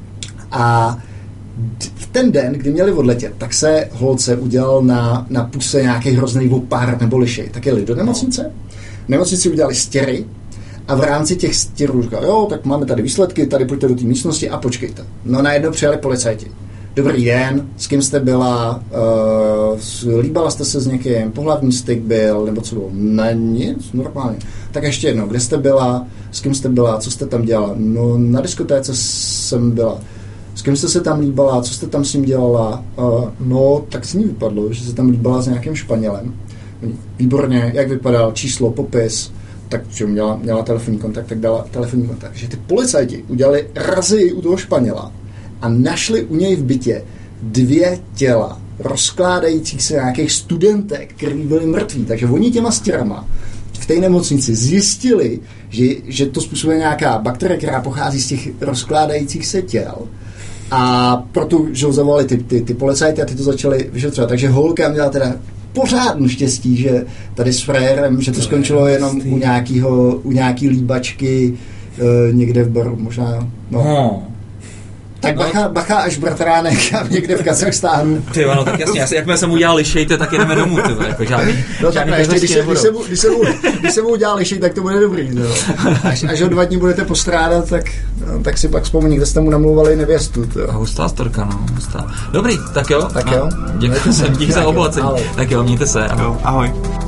Speaker 1: A v ten den, kdy měli odletět, tak se holce udělal na, na puse nějaký hrozný opár nebo lišej. Tak jeli do nemocnice. No. V nemocnici udělali stěry a v rámci těch stěrů říkal, jo, tak máme tady výsledky, tady pojďte do té místnosti a počkejte. No najednou přijeli policajti. Dobrý den, s kým jste byla, uh, líbala jste se s někým, pohlavní styk byl, nebo co bylo? Ne, nic, normálně. Tak ještě jednou, kde jste byla, s kým jste byla, co jste tam dělala? No na diskotéce jsem byla. S kým jste se tam líbala, co jste tam s ním dělala? Uh, no, tak s ní vypadlo, že se tam líbala s nějakým Španělem. Výborně, jak vypadal, číslo, popis, tak že měla, měla telefonní kontakt, tak dala telefonní kontakt. Že ty policajti udělali razy u toho Španěla a našli u něj v bytě dvě těla rozkládajících se nějakých studentek, který byli mrtví. Takže oni těma stěrama v té nemocnici zjistili, že, že to způsobuje nějaká bakterie, která pochází z těch rozkládajících se těl. A proto, že ho zavolali ty, ty, ty policajty a ty to začali vyšetřovat. Takže holka měla teda pořádný štěstí, že tady s frérem, že to skončilo jenom u, nějakýho, u nějaký líbačky e, někde v baru, možná. No. no. Tak bacha, bacha až bratránek někde v Kazachstánu.
Speaker 2: Ty no, tak jasně, jasně, jakmile jsem udělal lišejte, tak jdeme domů, ty jako žádný,
Speaker 1: no, žádný tak ještě, když, se, když, se mu, když, se mu, když se mu udělal lišej, tak to bude dobrý. No. Až, až o dva dní budete postrádat, tak, no, tak si pak vzpomení, kde jste mu namluvali nevěstu. To.
Speaker 2: Hustá storka, no, hustá. Dobrý, tak jo.
Speaker 1: Tak jo.
Speaker 2: Děkuji se, díky za oblacení. Tak jo, mějte se. Ahoj.
Speaker 3: Ahoj.